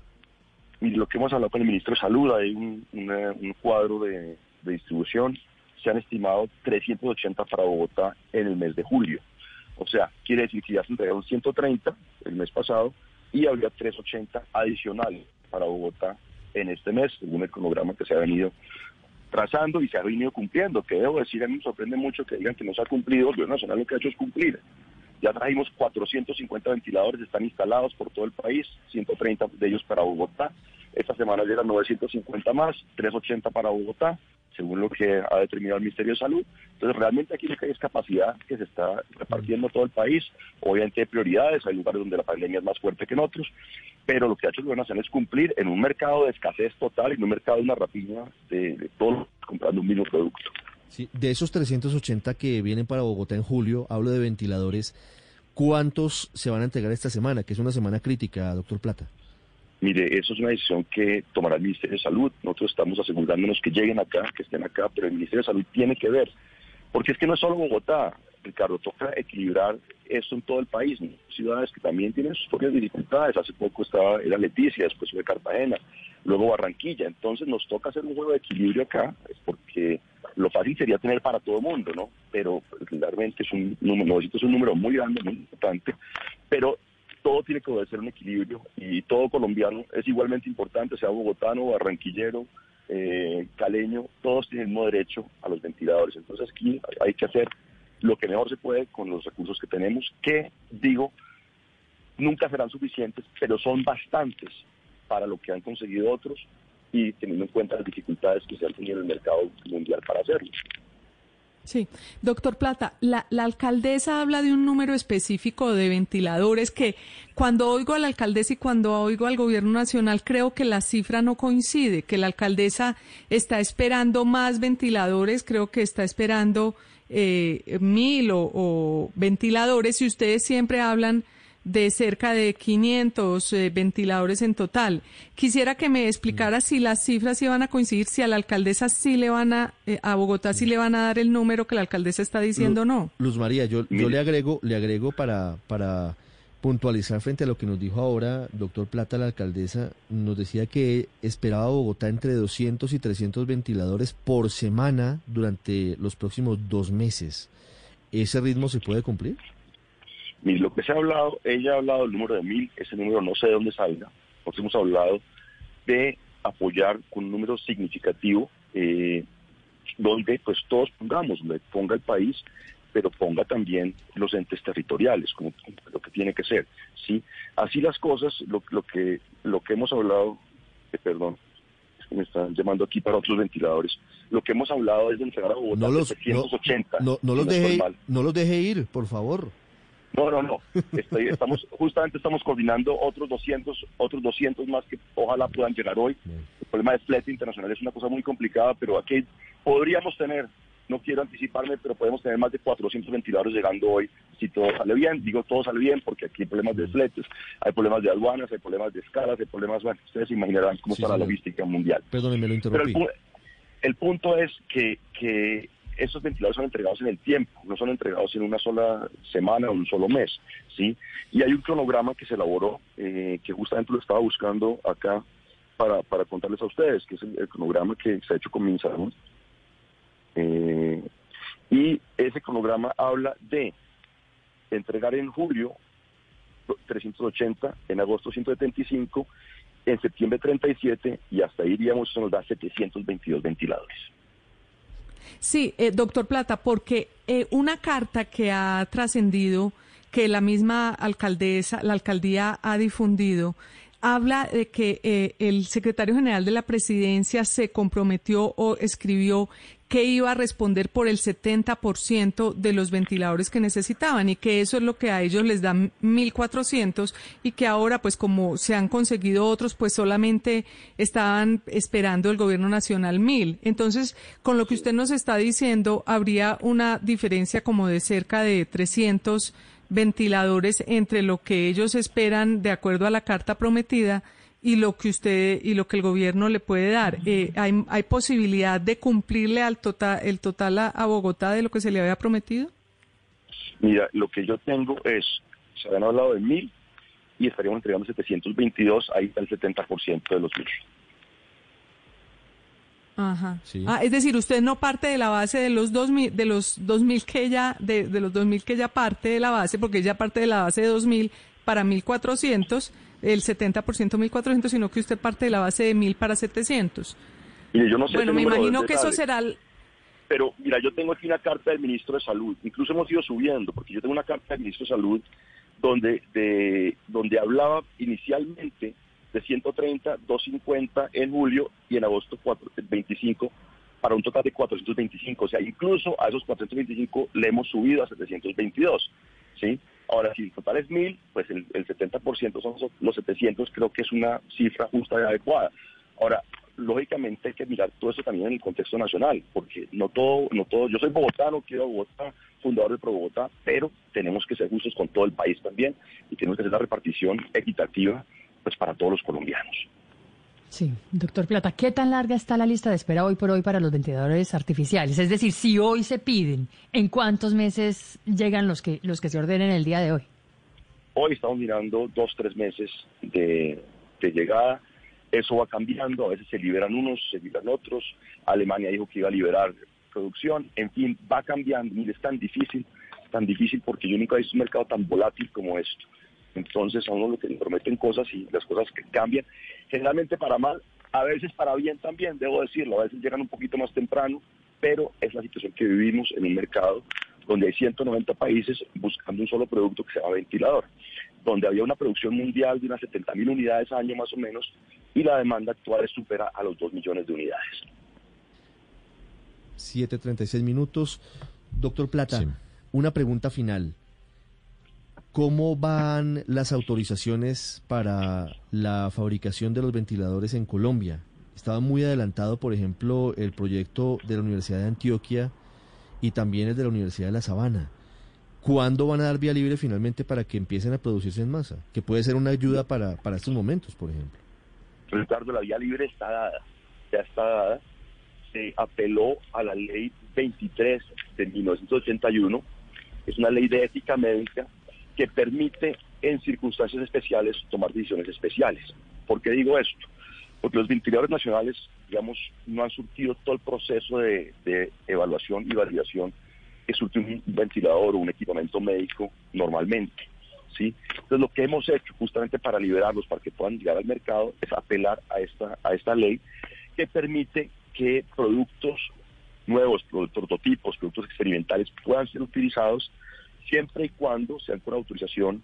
Y lo que hemos hablado con el ministro de Salud, hay un, una, un cuadro de, de distribución. Se han estimado trescientos ochenta para Bogotá en el mes de julio. O sea, quiere decir que ya se entregaron ciento treinta el mes pasado y habría trescientos ochenta adicionales para Bogotá en este mes, según el cronograma que se ha venido trazando y se ha venido cumpliendo. Que debo decir, a mí me sorprende mucho que digan que no se ha cumplido. El gobierno nacional lo que ha hecho es cumplir. Ya trajimos cuatrocientos cincuenta ventiladores, están instalados por todo el país, ciento treinta de ellos para Bogotá. Esta semana llegan novecientos cincuenta más, trescientos ochenta para Bogotá, según lo que ha determinado el Ministerio de Salud. Entonces, realmente aquí lo que hay es capacidad que se está repartiendo en todo el país. Obviamente hay prioridades, hay lugares donde la pandemia es más fuerte que en otros, pero lo que ha hecho el gobierno nacional es cumplir en un mercado de escasez total, en un mercado de una rapiña de, de todos comprando un mismo producto. Sí, de esos trescientos ochenta que vienen para Bogotá en julio, hablo de ventiladores, ¿cuántos se van a entregar esta semana? Que es una semana crítica, doctor Plata. Mire, eso es una decisión que tomará el Ministerio de Salud. Nosotros estamos asegurándonos que lleguen acá, que estén acá, pero el Ministerio de Salud tiene que ver. Porque es que no es solo Bogotá, Ricardo, toca equilibrar esto en todo el país, ¿no? Ciudades que también tienen sus propias dificultades. Hace poco estaba, era Leticia, después fue Cartagena, luego Barranquilla. Entonces nos toca hacer un juego de equilibrio acá, es porque lo fácil sería tener para todo el mundo, ¿no? Pero realmente es un número, es un número muy grande, muy importante, pero todo tiene que obedecer un equilibrio y todo colombiano es igualmente importante, sea bogotano, barranquillero, eh, caleño, todos tienen el mismo derecho a los ventiladores. Entonces aquí hay que hacer lo que mejor se puede con los recursos que tenemos, que digo, nunca serán suficientes, pero son bastantes para lo que han conseguido otros y teniendo en cuenta las dificultades que se han tenido en el mercado mundial para hacerlo. Sí, doctor Plata, la, la alcaldesa habla de un número específico de ventiladores que cuando oigo a la alcaldesa y cuando oigo al gobierno nacional creo que la cifra no coincide, que la alcaldesa está esperando más ventiladores, creo que está esperando eh, mil o, o ventiladores y ustedes siempre hablan de cerca de quinientos eh, ventiladores en total. Quisiera que me explicara si las cifras iban a coincidir, si a la alcaldesa sí le van a, eh, a Bogotá sí le van a dar el número que la alcaldesa está diciendo o no. Luz María, yo, yo le agrego, le agrego para, para puntualizar frente a lo que nos dijo ahora, doctor Plata, la alcaldesa, nos decía que esperaba Bogotá entre doscientos y trescientos ventiladores por semana durante los próximos dos meses. ¿Ese ritmo se puede cumplir? Mire, lo que se ha hablado, ella ha hablado del número de mil, ese número no sé de dónde salga, porque hemos hablado de apoyar con un número significativo, eh, donde pues todos pongamos, donde ponga el país, pero ponga también los entes territoriales, como lo que tiene que ser, ¿sí? Así las cosas, lo, lo que lo que hemos hablado, eh, perdón, es que me están llamando aquí para otros ventiladores, lo que hemos hablado es de entregar a Bogotá no los, setecientos ochenta. No, no, no, los deje, no los deje ir, por favor. No, no, no. Estoy, estamos, justamente estamos coordinando otros doscientos, otros doscientos más que ojalá puedan llegar hoy. El problema de flete internacional es una cosa muy complicada, pero aquí podríamos tener, no quiero anticiparme, pero podemos tener más de cuatrocientos ventiladores llegando hoy, si todo sale bien. Digo todo sale bien porque aquí hay problemas de fletes, hay problemas de aduanas, hay problemas de escalas, hay problemas, bueno, ustedes se imaginarán cómo sí, está sí, la logística mundial. Perdónenme, lo interrumpí. Pero el, el punto es que, que esos ventiladores son entregados en el tiempo, no son entregados en una sola semana o un solo mes, ¿sí? Y hay un cronograma que se elaboró, eh, que justamente lo estaba buscando acá para, para contarles a ustedes, que es el, el cronograma que se ha hecho con MinSalud. Eh, y ese cronograma habla de entregar en julio trescientos ochenta, en agosto ciento setenta y cinco, en septiembre treinta y siete, y hasta ahí iríamos, eso nos da setecientos veintidós ventiladores. Sí, eh, doctor Plata, porque eh, una carta que ha trascendido, que la misma alcaldesa, la alcaldía ha difundido, habla de que eh, el secretario general de la presidencia se comprometió o escribió que iba a responder por el setenta por ciento de los ventiladores que necesitaban y que eso es lo que a ellos les da mil cuatrocientos y que ahora pues como se han conseguido otros pues solamente estaban esperando el gobierno nacional mil. Entonces, con lo que usted nos está diciendo, habría una diferencia como de cerca de trescientos ventiladores entre lo que ellos esperan de acuerdo a la carta prometida y lo que usted y lo que el gobierno le puede dar. Eh, ¿hay, ¿Hay posibilidad de cumplirle al total, el total a, a Bogotá de lo que se le había prometido? Mira, lo que yo tengo es, se habían hablado de mil y estaríamos entregando setecientos veintidós, ahí está el setenta por ciento de los mil. Ajá. Sí. Ah, es decir, usted no parte de la base de los dos mil, de los dos mil que ya, de, de los dos mil que ya parte de la base, porque ella parte de la base de dos mil para mil cuatrocientos, el setenta por ciento mil cuatrocientos, sino que usted parte de la base de mil para setecientos. Mire, yo no sé. Bueno, me imagino que eso será. El... Pero mira, yo tengo aquí una carta del ministro de Salud, incluso hemos ido subiendo, porque yo tengo una carta del ministro de Salud donde de donde hablaba inicialmente de ciento treinta, doscientos cincuenta en julio y en agosto veinticinco, para un total de cuatrocientos veinticinco. O sea, incluso a esos cuatrocientos veinticinco le hemos subido a setecientos veintidós, ¿sí? Ahora, si el total es mil, pues el, el setenta por ciento son los setecientos, creo que es una cifra justa y adecuada. Ahora, lógicamente hay que mirar todo eso también en el contexto nacional, porque no todo, no todo, yo soy bogotano, quiero a Bogotá, fundador de Pro Bogotá, pero tenemos que ser justos con todo el país también y tenemos que hacer la repartición equitativa pues para todos los colombianos. Sí, doctor Plata, ¿qué tan larga está la lista de espera hoy por hoy para los ventiladores artificiales? Es decir, si hoy se piden, ¿en cuántos meses llegan los que los que se ordenen el día de hoy? Hoy estamos mirando dos, tres meses de, de llegada. Eso va cambiando, a veces se liberan unos, se liberan otros. Alemania dijo que iba a liberar producción. En fin, va cambiando. Mire, es tan difícil, tan difícil porque yo nunca he visto un mercado tan volátil como esto. Entonces a uno lo que le prometen cosas y las cosas que cambian, generalmente para mal, a veces para bien también, debo decirlo, a veces llegan un poquito más temprano, pero es la situación que vivimos en un mercado donde hay ciento noventa países buscando un solo producto que se llama ventilador, donde había una producción mundial de unas setenta mil unidades al año más o menos, y la demanda actual supera a los dos millones de unidades. siete treinta y seis minutos. Doctor Plata, sí. Una pregunta final. ¿Cómo van las autorizaciones para la fabricación de los ventiladores en Colombia? Estaba muy adelantado, por ejemplo, el proyecto de la Universidad de Antioquia y también el de la Universidad de La Sabana. ¿Cuándo van a dar vía libre finalmente para que empiecen a producirse en masa? Que puede ser una ayuda para, para estos momentos, por ejemplo. Ricardo, la vía libre está dada, ya está dada. Se apeló a la ley veintitrés de mil novecientos ochenta y uno, es una ley de ética médica que permite en circunstancias especiales tomar decisiones especiales. ¿Por qué digo esto? Porque los ventiladores nacionales, digamos, no han surtido todo el proceso de, de evaluación y validación que surte un ventilador o un equipamiento médico normalmente, ¿sí? Entonces lo que hemos hecho justamente para liberarlos, para que puedan llegar al mercado, es apelar a esta, a esta ley que permite que productos nuevos, prototipos, productos experimentales puedan ser utilizados siempre y cuando sean con autorización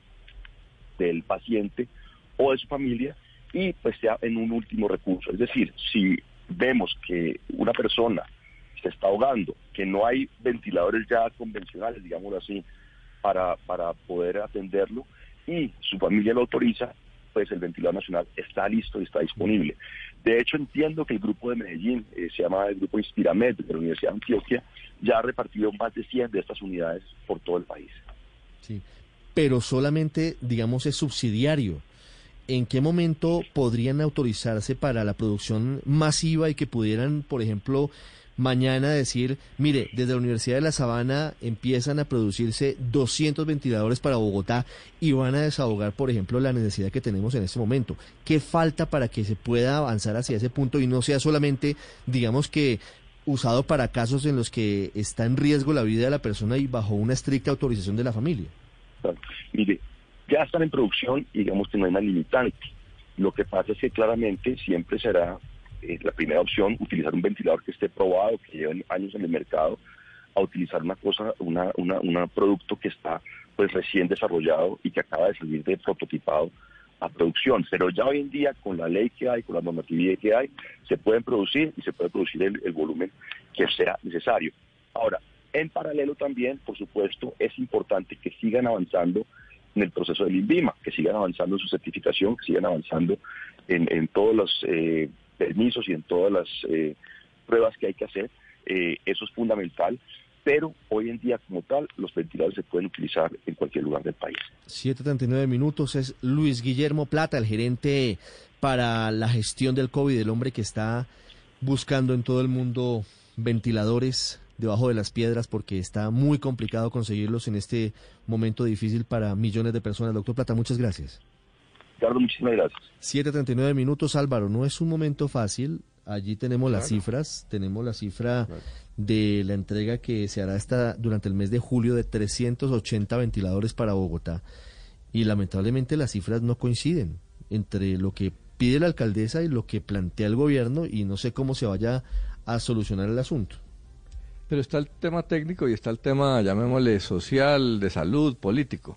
del paciente o de su familia y pues sea en un último recurso. Es decir, si vemos que una persona se está ahogando, que no hay ventiladores ya convencionales, digámoslo así, para, para poder atenderlo y su familia lo autoriza, pues el ventilador nacional está listo y está disponible. De hecho, entiendo que el grupo de Medellín, eh, se llama el grupo Inspiramed de la Universidad de Antioquia, ya ha repartido más de cien de estas unidades por todo el país. Sí, pero solamente, digamos, es subsidiario. ¿En qué momento podrían autorizarse para la producción masiva y que pudieran, por ejemplo, mañana decir, mire, desde la Universidad de La Sabana empiezan a producirse doscientos ventiladores para Bogotá y van a desahogar, por ejemplo, la necesidad que tenemos en este momento? ¿Qué falta para que se pueda avanzar hacia ese punto y no sea solamente, digamos que, usado para casos en los que está en riesgo la vida de la persona y bajo una estricta autorización de la familia? Claro. Mire, ya están en producción y digamos que no hay una limitante. Lo que pasa es que claramente siempre será eh, la primera opción utilizar un ventilador que esté probado, que lleve años en el mercado, a utilizar una cosa, una, una, una producto que está pues recién desarrollado y que acaba de salir de prototipado a producción. Pero ya hoy en día, con la ley que hay, con la normatividad que hay, se pueden producir y se puede producir el, el volumen que sea necesario. Ahora, en paralelo también, por supuesto, es importante que sigan avanzando en el proceso del INVIMA, que sigan avanzando en su certificación, que sigan avanzando en, en todos los eh, permisos y en todas las eh, pruebas que hay que hacer. Eh, eso es fundamental, pero hoy en día como tal, los ventiladores se pueden utilizar en cualquier lugar del país. siete treinta y nueve minutos, es Luis Guillermo Plata, el gerente para la gestión del COVID, el hombre que está buscando en todo el mundo ventiladores debajo de las piedras porque está muy complicado conseguirlos en este momento difícil para millones de personas. Doctor Plata, muchas gracias. Ricardo, muchísimas gracias. siete treinta y nueve minutos, Álvaro, no es un momento fácil. Allí tenemos claro. las cifras, tenemos la cifra claro. de la entrega que se hará esta, durante el mes de julio de trescientos ochenta ventiladores para Bogotá y lamentablemente las cifras no coinciden entre lo que pide la alcaldesa y lo que plantea el gobierno y no sé cómo se vaya a solucionar el asunto. Pero está el tema técnico y está el tema, llamémosle, social, de salud, político.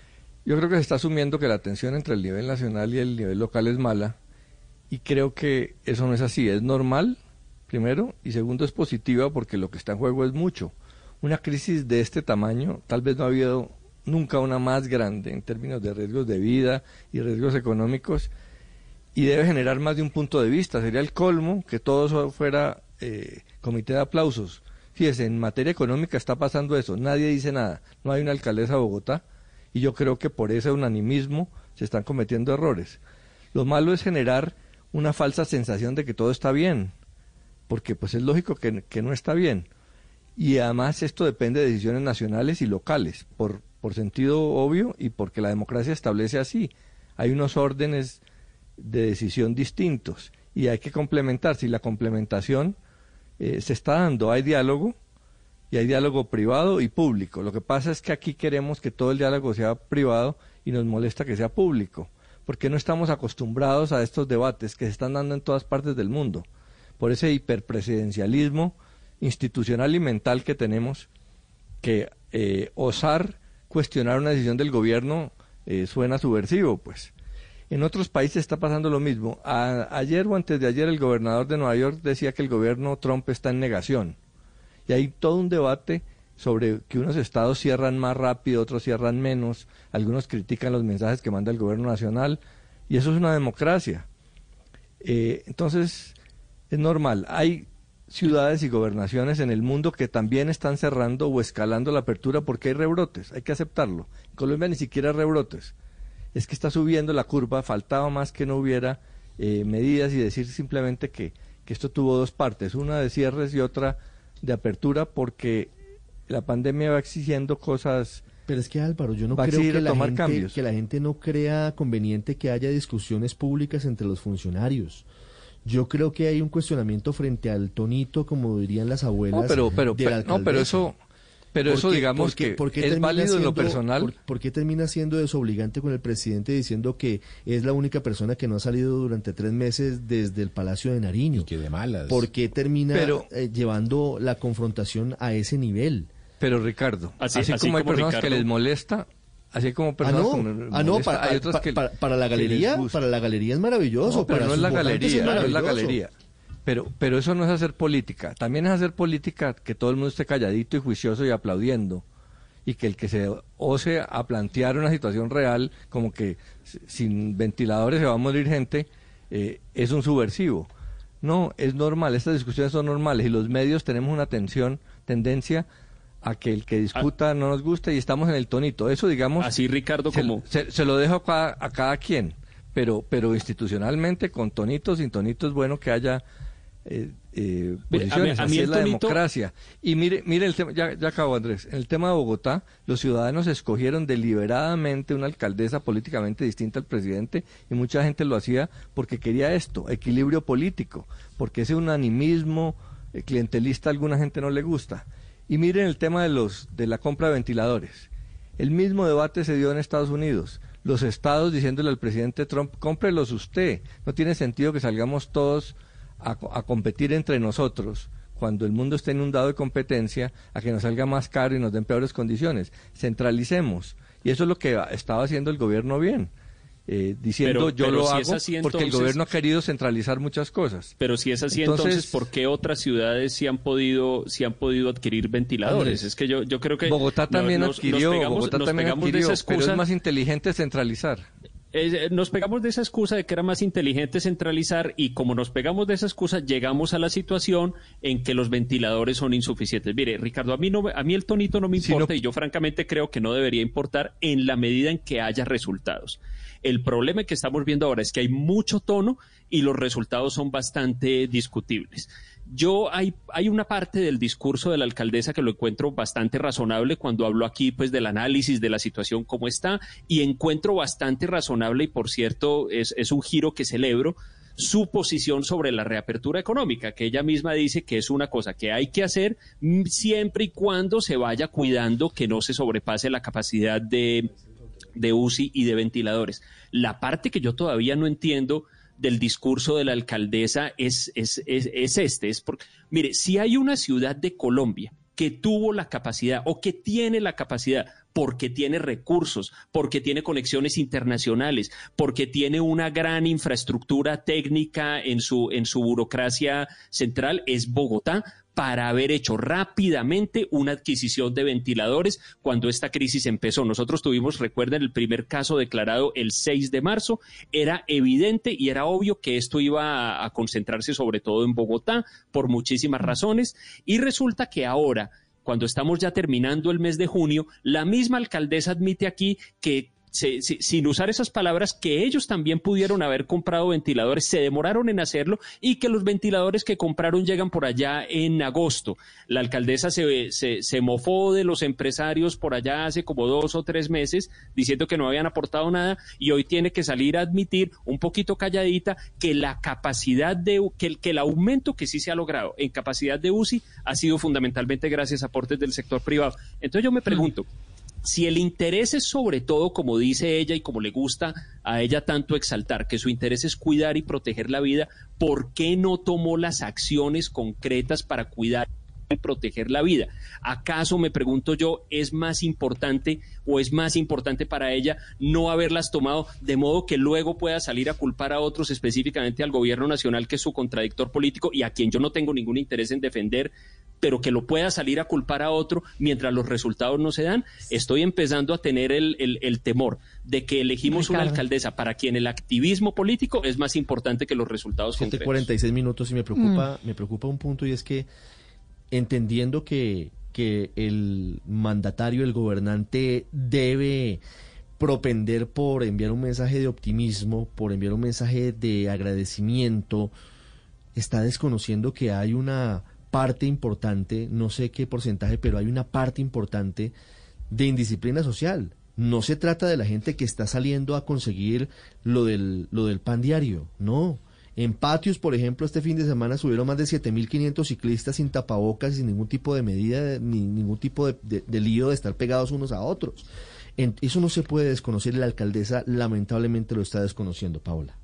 Yo creo que se está asumiendo que la tensión entre el nivel nacional y el nivel local es mala, y creo que eso no es así. Es normal, primero, y segundo, es positiva porque lo que está en juego es mucho. Una crisis de este tamaño, tal vez no ha habido nunca una más grande en términos de riesgos de vida y riesgos económicos, y debe generar más de un punto de vista. Sería el colmo que todo eso fuera eh, comité de aplausos. Fíjese, en materia económica está pasando eso, nadie dice nada, no hay una alcaldesa de Bogotá, y yo creo que por ese unanimismo se están cometiendo errores. Lo malo es generar una falsa sensación de que todo está bien, porque pues es lógico que, que no está bien, y además esto depende de decisiones nacionales y locales, por, por sentido obvio y porque la democracia establece así, hay unos órdenes de decisión distintos, y hay que complementar, si la complementación Eh, se está dando, hay diálogo y hay diálogo privado y público. Lo que pasa es que aquí queremos que todo el diálogo sea privado y nos molesta que sea público, porque no estamos acostumbrados a estos debates que se están dando en todas partes del mundo, por ese hiperpresidencialismo institucional y mental que tenemos, que eh, osar cuestionar una decisión del gobierno eh, suena subversivo, pues. En otros países está pasando lo mismo. A, ayer o antes de ayer el gobernador de Nueva York decía que el gobierno Trump está en negación. Y hay todo un debate sobre que unos estados cierran más rápido, otros cierran menos. Algunos critican los mensajes que manda el gobierno nacional. Y eso es una democracia. Eh, entonces, es normal. Hay ciudades y gobernaciones en el mundo que también están cerrando o escalando la apertura porque hay rebrotes. Hay que aceptarlo. En Colombia ni siquiera hay rebrotes. Es que está subiendo la curva, faltaba más que no hubiera eh, medidas y decir simplemente que, que esto tuvo dos partes, una de cierres y otra de apertura, porque la pandemia va exigiendo cosas. Pero es que Álvaro, yo no creo que la, gente, que la gente no crea conveniente que haya discusiones públicas entre los funcionarios. Yo creo que hay un cuestionamiento frente al tonito, como dirían las abuelas. No, pero, pero, de la pero, no, pero eso... Pero eso qué, digamos por qué, que por qué es válido siendo, en lo personal. Por, ¿Por qué termina siendo desobligante con el presidente diciendo que es la única persona que no ha salido durante tres meses desde el Palacio de Nariño? Y que de malas. ¿Por qué termina pero, eh, llevando la confrontación a ese nivel? Pero Ricardo, así, así, así como hay como personas Ricardo, que les molesta, así como personas ah, no, que les ah, no, molesta, para, hay otras para, que para, para la galería, para la galería es maravilloso. No, pero para no es la galería, es no es la galería. Pero, pero eso no es hacer política. También es hacer política que todo el mundo esté calladito y juicioso y aplaudiendo. Y que el que se ose a plantear una situación real, como que sin ventiladores se va a morir gente, eh, es un subversivo. No, es normal, estas discusiones son normales y los medios tenemos una tensión, tendencia a que el que discuta ah, no nos gusta y estamos en el tonito. Eso, digamos... Así, Ricardo, se, como... Se, se lo dejo a cada, a cada quien, pero, pero institucionalmente, con tonitos, sin tonitos, es bueno que haya... Eh, eh, posiciones, a mí, a mí así es la tonito... democracia. Y mire, mire el tema, ya, ya acabo Andrés, en el tema de Bogotá, los ciudadanos escogieron deliberadamente una alcaldesa políticamente distinta al presidente y mucha gente lo hacía porque quería esto, equilibrio político, porque ese unanimismo eh, clientelista a alguna gente no le gusta. Y miren el tema de los de la compra de ventiladores. El mismo debate se dio en Estados Unidos. Los estados diciéndole al presidente Trump, cómprelos usted. No tiene sentido que salgamos todos A, a competir entre nosotros cuando el mundo está inundado de competencia, a que nos salga más caro y nos den peores condiciones. Centralicemos. Y eso es lo que estaba haciendo el gobierno bien, eh, diciendo pero, yo pero lo si hago es así, entonces, porque el gobierno ha querido centralizar muchas cosas. Pero si es así, entonces, entonces ¿por qué otras ciudades sí han podido sí han podido adquirir ventiladores? Andrés, es que yo yo creo que Bogotá también nos, adquirió, nos pegamos, Bogotá nos también pegamos adquirió, de esa excusa, pero es más inteligente centralizar. Eh, nos pegamos de esa excusa de que era más inteligente centralizar y como nos pegamos de esa excusa llegamos a la situación en que los ventiladores son insuficientes. Mire, Ricardo, a mí no a mí el tonito no me importa si no... y yo francamente creo que no debería importar en la medida en que haya resultados. El problema que estamos viendo ahora es que hay mucho tono y los resultados son bastante discutibles. Yo hay, hay una parte del discurso de la alcaldesa que lo encuentro bastante razonable cuando hablo aquí pues del análisis de la situación como está y encuentro bastante razonable y por cierto es, es un giro que celebro su posición sobre la reapertura económica, que ella misma dice que es una cosa que hay que hacer siempre y cuando se vaya cuidando que no se sobrepase la capacidad de, de U C I y de ventiladores. La parte que yo todavía no entiendo del discurso de la alcaldesa es, es, es, es este. Es porque, mire, si hay una ciudad de Colombia que tuvo la capacidad o que tiene la capacidad porque tiene recursos, porque tiene conexiones internacionales, porque tiene una gran infraestructura técnica en su, en su burocracia central, es Bogotá, para haber hecho rápidamente una adquisición de ventiladores cuando esta crisis empezó. Nosotros tuvimos, recuerden, el primer caso declarado el seis de marzo, era evidente y era obvio que esto iba a, a concentrarse sobre todo en Bogotá por muchísimas razones y resulta que ahora, cuando estamos ya terminando el mes de junio, la misma alcaldesa admite aquí que Se, se, sin usar esas palabras, que ellos también pudieron haber comprado ventiladores, se demoraron en hacerlo y que los ventiladores que compraron llegan por allá en agosto. La alcaldesa se, se, se mofó de los empresarios por allá hace como dos o tres meses diciendo que no habían aportado nada y hoy tiene que salir a admitir un poquito calladita que la capacidad de, que el, que el aumento que sí se ha logrado en capacidad de U C I ha sido fundamentalmente gracias a aportes del sector privado. Entonces yo me pregunto, si el interés es sobre todo, como dice ella y como le gusta a ella tanto exaltar, que su interés es cuidar y proteger la vida, ¿por qué no tomó las acciones concretas para cuidar y proteger la vida. ¿Acaso, me pregunto yo, es más importante o es más importante para ella no haberlas tomado, de modo que luego pueda salir a culpar a otros, específicamente al gobierno nacional, que es su contradictor político y a quien yo no tengo ningún interés en defender, pero que lo pueda salir a culpar a otro mientras los resultados no se dan? Estoy empezando a tener el, el, el temor de que elegimos Ricardo. Una alcaldesa para quien el activismo político es más importante que los resultados concretos. cuarenta y seis minutos y me preocupa, mm. me preocupa un punto, y es que entendiendo que, que el mandatario, el gobernante, debe propender por enviar un mensaje de optimismo, por enviar un mensaje de agradecimiento, está desconociendo que hay una parte importante, no sé qué porcentaje, pero hay una parte importante de indisciplina social. No se trata de la gente que está saliendo a conseguir lo del, lo del pan diario, no. En patios, por ejemplo, este fin de semana subieron más de siete mil quinientos ciclistas sin tapabocas, sin ningún tipo de medida, ni ningún tipo de, de, de lío de estar pegados unos a otros. En, eso no se puede desconocer, y la alcaldesa lamentablemente lo está desconociendo, Paola.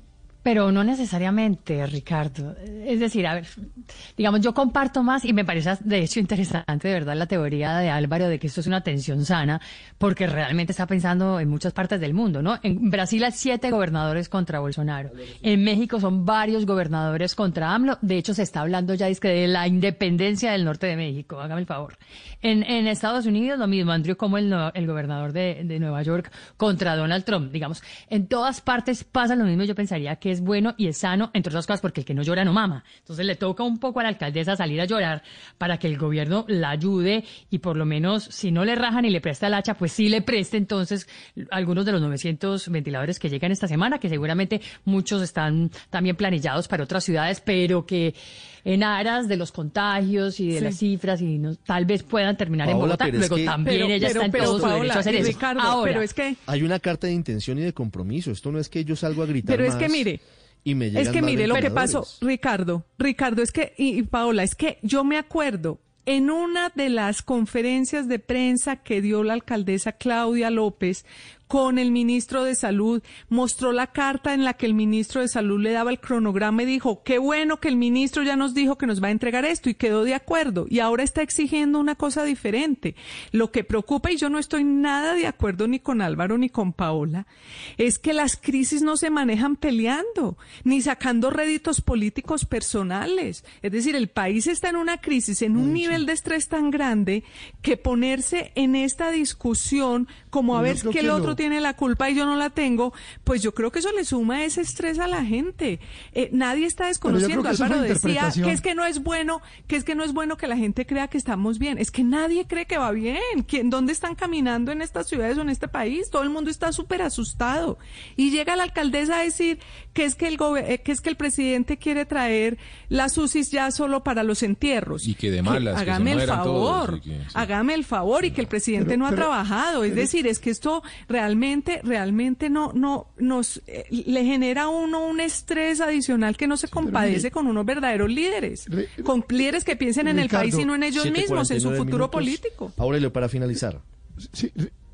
Pero no necesariamente, Ricardo. Es decir, a ver, digamos, yo comparto más, y me parece de hecho interesante, de verdad, la teoría de Álvaro de que esto es una tensión sana, porque realmente está pensando en muchas partes del mundo, ¿no? En Brasil hay siete gobernadores contra Bolsonaro. En México son varios gobernadores contra AMLO. De hecho, se está hablando ya es que de la independencia del norte de México, hágame el favor. En, en Estados Unidos lo mismo, Andrew Cuomo, el, el gobernador de, de Nueva York, contra Donald Trump. Digamos, en todas partes pasa lo mismo. Yo pensaría que es bueno y es sano, entre otras cosas, porque el que no llora no mama. Entonces le toca un poco a la alcaldesa salir a llorar para que el gobierno la ayude, y por lo menos, si no le rajan y le presta el hacha, pues sí le preste entonces algunos de los novecientos ventiladores que llegan esta semana, que seguramente muchos están también planillados para otras ciudades, pero que en aras de los contagios y de sí. las cifras, y no, tal vez puedan terminar Paola, en Bogotá. Luego es que, también pero, ella pero, está pero, en todo Paola, su derecho a hacer eso. Ricardo, Ahora, pero es que hay una carta de intención y de compromiso. Esto no es que yo salgo a gritar pero más. es que mire, y me es que mire lo que pasó, Ricardo, Ricardo, es que, y, y Paola, es que yo me acuerdo en una de las conferencias de prensa que dio la alcaldesa Claudia López con el ministro de Salud, mostró la carta en la que el ministro de Salud le daba el cronograma y dijo, qué bueno que el ministro ya nos dijo que nos va a entregar esto, y quedó de acuerdo, y ahora está exigiendo una cosa diferente. Lo que preocupa, y yo no estoy nada de acuerdo ni con Álvaro ni con Paola, es que las crisis no se manejan peleando, ni sacando réditos políticos personales. Es decir, el país está en una crisis, en un nivel de estrés tan grande, que ponerse en esta discusión como a ver que el otro tiene la culpa y yo no la tengo, pues yo creo que eso le suma ese estrés a la gente. Eh, nadie está desconociendo. Álvaro decía que es que no es bueno, que es que no es bueno que la gente crea que estamos bien. Es que nadie cree que va bien. ¿Quién, dónde están caminando en estas ciudades o en este país? Todo el mundo está súper asustado. Y llega la alcaldesa a decir que es que el gobe- que es que el presidente quiere traer las U C Is ya solo para los entierros. Y que de malas, que, que hágame se el favor, que, sí. hágame el favor, y que el presidente pero, no ha pero, trabajado. Es pero, decir, es que esto realmente, realmente no, no, nos eh, le genera a uno un estrés adicional que no se compadece mire, con unos verdaderos líderes, re, con líderes que piensen Ricardo, en el país y no en ellos mismos, en su futuro minutos. político. Aurelio, para finalizar. Sí,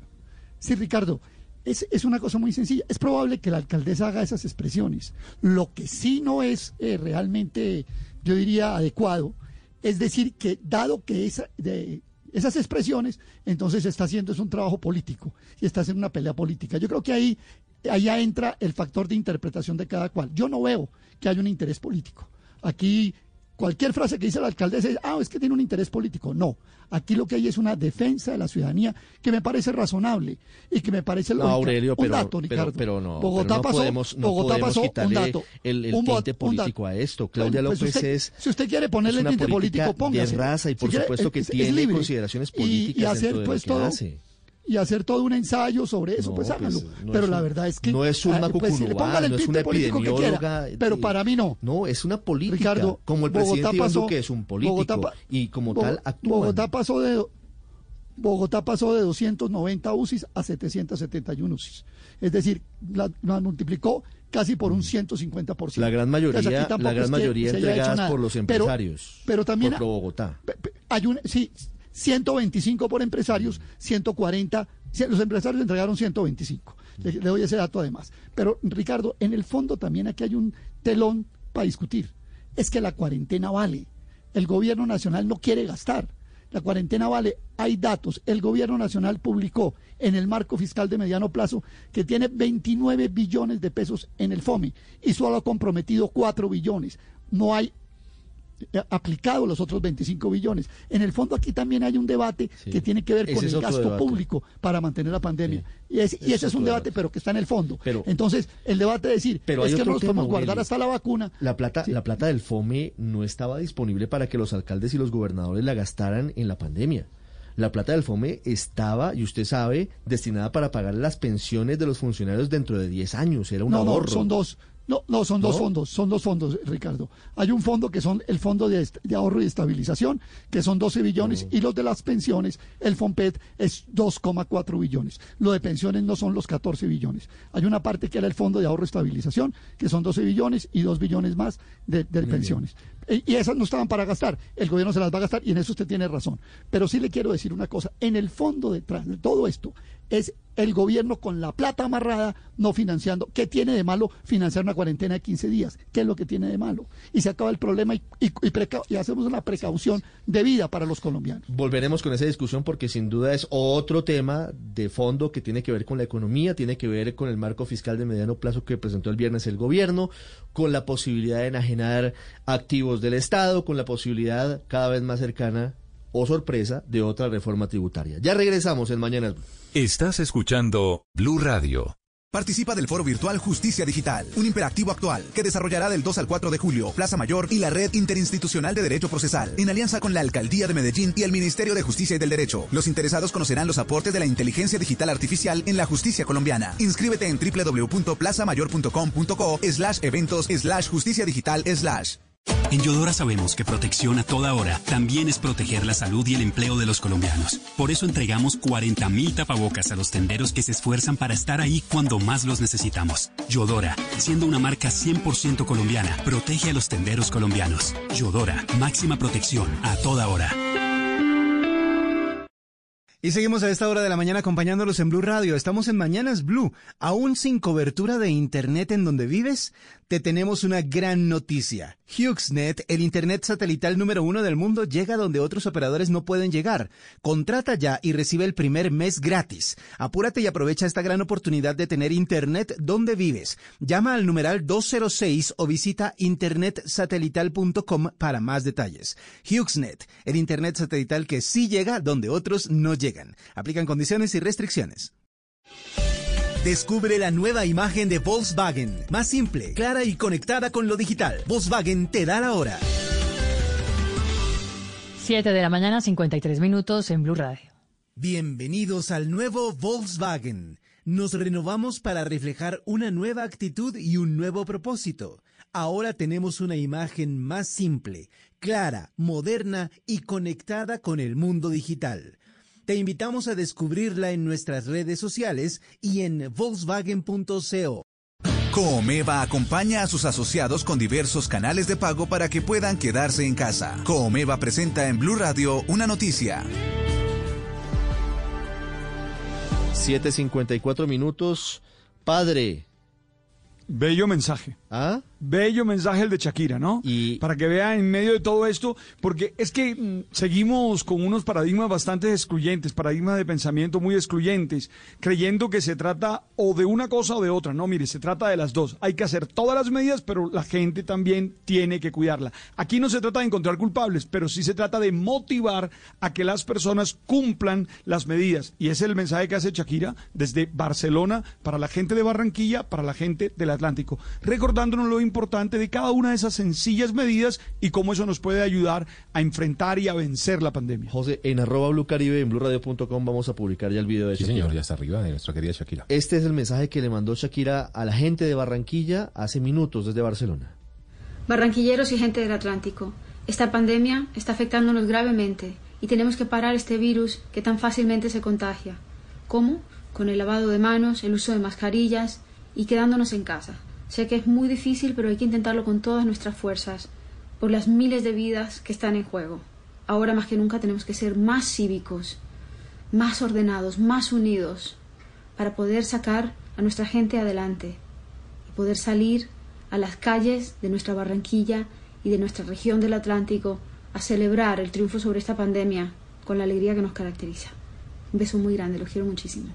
sí Ricardo, es, es una cosa muy sencilla. Es probable que la alcaldesa haga esas expresiones. Lo que sí no es eh, realmente, yo diría, adecuado, es decir que dado que esa... De, esas expresiones, entonces está haciendo es un trabajo político y está haciendo una pelea política. Yo creo que ahí allá entra el factor de interpretación de cada cual. Yo no veo que haya un interés político. Aquí cualquier frase que dice la alcaldesa es, ah, es que tiene un interés político. No, aquí lo que hay es una defensa de la ciudadanía que me parece razonable y que me parece no, lógica. Aurelio, un pero, dato, Ricardo. Pero, pero no, Bogotá pero no pasó, podemos, no Bogotá podemos pasó, quitarle un dato, el, el un tinte un político dato. a esto. Claudia Bueno, pues López usted, es si usted quiere ponerle es el tinte político, póngase. de raza y por si supuesto quiere, que es, tiene es consideraciones políticas y, y hacer, dentro de pues, lo que todo, hace. Y hacer todo un ensayo sobre eso, no, pues hágalo. Pues, no pero es la un, verdad es que... No es una pues, si le pongan el no es una epidemióloga. Quiera, pero para mí no. No, es una política. Ricardo, como el Bogotá presidente Iván pasó, Duque es un político. Bogotá, y como Bo, tal actúa. Bogotá pasó de... Bogotá pasó de doscientos noventa U C Is a setecientos setenta y uno U C Is. Es decir, la, la multiplicó casi por un ciento cincuenta por ciento. La gran mayoría, Entonces, la gran mayoría entregadas por los empresarios. Pero, pero también por Pro Bogotá. Hay un, sí, ciento veinticinco por empresarios, ciento cuarenta. Los empresarios entregaron ciento veinticinco. Le, le doy ese dato además. Pero, Ricardo, en el fondo también aquí hay un telón para discutir. Es que la cuarentena vale. El gobierno nacional no quiere gastar. La cuarentena vale, hay datos. El gobierno nacional publicó en el marco fiscal de mediano plazo que tiene veintinueve billones de pesos en el FOMI y solo ha comprometido cuatro billones. No hay aplicado los otros veinticinco billones. En el fondo aquí también hay un debate sí. que tiene que ver con el gasto debate. público para mantener la pandemia. Sí. Y, es, y ese es un debate, debate, pero que está en el fondo. Pero, Entonces, el debate de decir, pero es que no nos podemos guardar hasta la vacuna. La plata, sí. la plata del FOME no estaba disponible para que los alcaldes y los gobernadores la gastaran en la pandemia. La plata del FOME estaba, y usted sabe, destinada para pagar las pensiones de los funcionarios dentro de diez años. Era un no, ahorro. No, son dos. No, no, son dos ¿No? fondos, son dos fondos, Ricardo. Hay un fondo que son el Fondo de, de Ahorro y Estabilización, que son doce billones, oh. y los de las pensiones, el FOMPET, es dos coma cuatro billones. Lo de pensiones no son los catorce billones. Hay una parte que era el Fondo de Ahorro y Estabilización, que son doce billones y dos billones más de, de pensiones. Y, y esas no estaban para gastar. El gobierno se las va a gastar y en eso usted tiene razón. Pero sí le quiero decir una cosa. En el fondo detrás de todo esto es el gobierno con la plata amarrada, no financiando. ¿Qué tiene de malo financiar una cuarentena de quince días? ¿Qué es lo que tiene de malo? Y se acaba el problema y, y, y, preca y hacemos una precaución debida para los colombianos. Volveremos con esa discusión porque sin duda es otro tema de fondo que tiene que ver con la economía, tiene que ver con el marco fiscal de mediano plazo que presentó el viernes el gobierno, con la posibilidad de enajenar activos del Estado, con la posibilidad cada vez más cercana o sorpresa de otra reforma tributaria. Ya regresamos en Mañanas Blue. Estás escuchando Blue Radio. Participa del foro virtual Justicia Digital, un imperativo actual que desarrollará del dos al cuatro de julio Plaza Mayor y la Red Interinstitucional de Derecho Procesal, en alianza con la Alcaldía de Medellín y el Ministerio de Justicia y del Derecho. Los interesados conocerán los aportes de la inteligencia digital artificial en la justicia colombiana. Inscríbete en w w w punto plaza mayor punto com punto co slash eventos slash justicia digital slash. En Yodora sabemos que protección a toda hora también es proteger la salud y el empleo de los colombianos. Por eso entregamos cuarenta mil tapabocas a los tenderos que se esfuerzan para estar ahí cuando más los necesitamos. Yodora, siendo una marca cien por ciento colombiana, protege a los tenderos colombianos. Yodora, máxima protección a toda hora. Y seguimos a esta hora de la mañana acompañándolos en Blue Radio. Estamos en Mañanas Blue. ¿Aún sin cobertura de internet en donde vives? Te tenemos una gran noticia. HughesNet, el internet satelital número uno del mundo, llega donde otros operadores no pueden llegar. Contrata ya y recibe el primer mes gratis. Apúrate y aprovecha esta gran oportunidad de tener internet donde vives. Llama al numeral dos cero seis o visita internet satelital punto com para más detalles. HughesNet, el internet satelital que sí llega donde otros no llegan. Aplican condiciones y restricciones. Descubre la nueva imagen de Volkswagen, más simple, clara y conectada con lo digital. Volkswagen te da la hora. siete de la mañana, cincuenta y tres minutos en Blue Radio. Bienvenidos al nuevo Volkswagen. Nos renovamos para reflejar una nueva actitud y un nuevo propósito. Ahora tenemos una imagen más simple, clara, moderna y conectada con el mundo digital. Te invitamos a descubrirla en nuestras redes sociales y en volkswagen punto co. Coomeva acompaña a sus asociados con diversos canales de pago para que puedan quedarse en casa. Coomeva presenta en Blue Radio una noticia. siete cincuenta y cuatro minutos. Padre. Bello mensaje. ¿Ah? Bello mensaje el de Shakira, ¿no? Y para que vean en medio de todo esto, porque es que mmm, seguimos con unos paradigmas bastante excluyentes, paradigmas de pensamiento muy excluyentes, creyendo que se trata o de una cosa o de otra. No, mire, se trata de las dos. Hay que hacer todas las medidas, pero la gente también tiene que cuidarla. Aquí no se trata de encontrar culpables, pero sí se trata de motivar a que las personas cumplan las medidas. Y ese es el mensaje que hace Shakira desde Barcelona para la gente de Barranquilla, para la gente del Atlántico, recordándonos lo importante de cada una de esas sencillas medidas y cómo eso nos puede ayudar a enfrentar y a vencer la pandemia. José, en arroba Blue Caribe, en blue radio punto com vamos a publicar ya el video de sí, Shakira. Sí, señor, ya está arriba de nuestra querida Shakira. Este es el mensaje que le mandó Shakira a la gente de Barranquilla hace minutos desde Barcelona. Barranquilleros y gente del Atlántico, esta pandemia está afectándonos gravemente y tenemos que parar este virus que tan fácilmente se contagia. ¿Cómo? Con el lavado de manos, el uso de mascarillas y quedándonos en casa. Sé que es muy difícil, pero hay que intentarlo con todas nuestras fuerzas, por las miles de vidas que están en juego. Ahora más que nunca tenemos que ser más cívicos, más ordenados, más unidos, para poder sacar a nuestra gente adelante y poder salir a las calles de nuestra Barranquilla y de nuestra región del Atlántico a celebrar el triunfo sobre esta pandemia con la alegría que nos caracteriza. Un beso muy grande, los quiero muchísimo.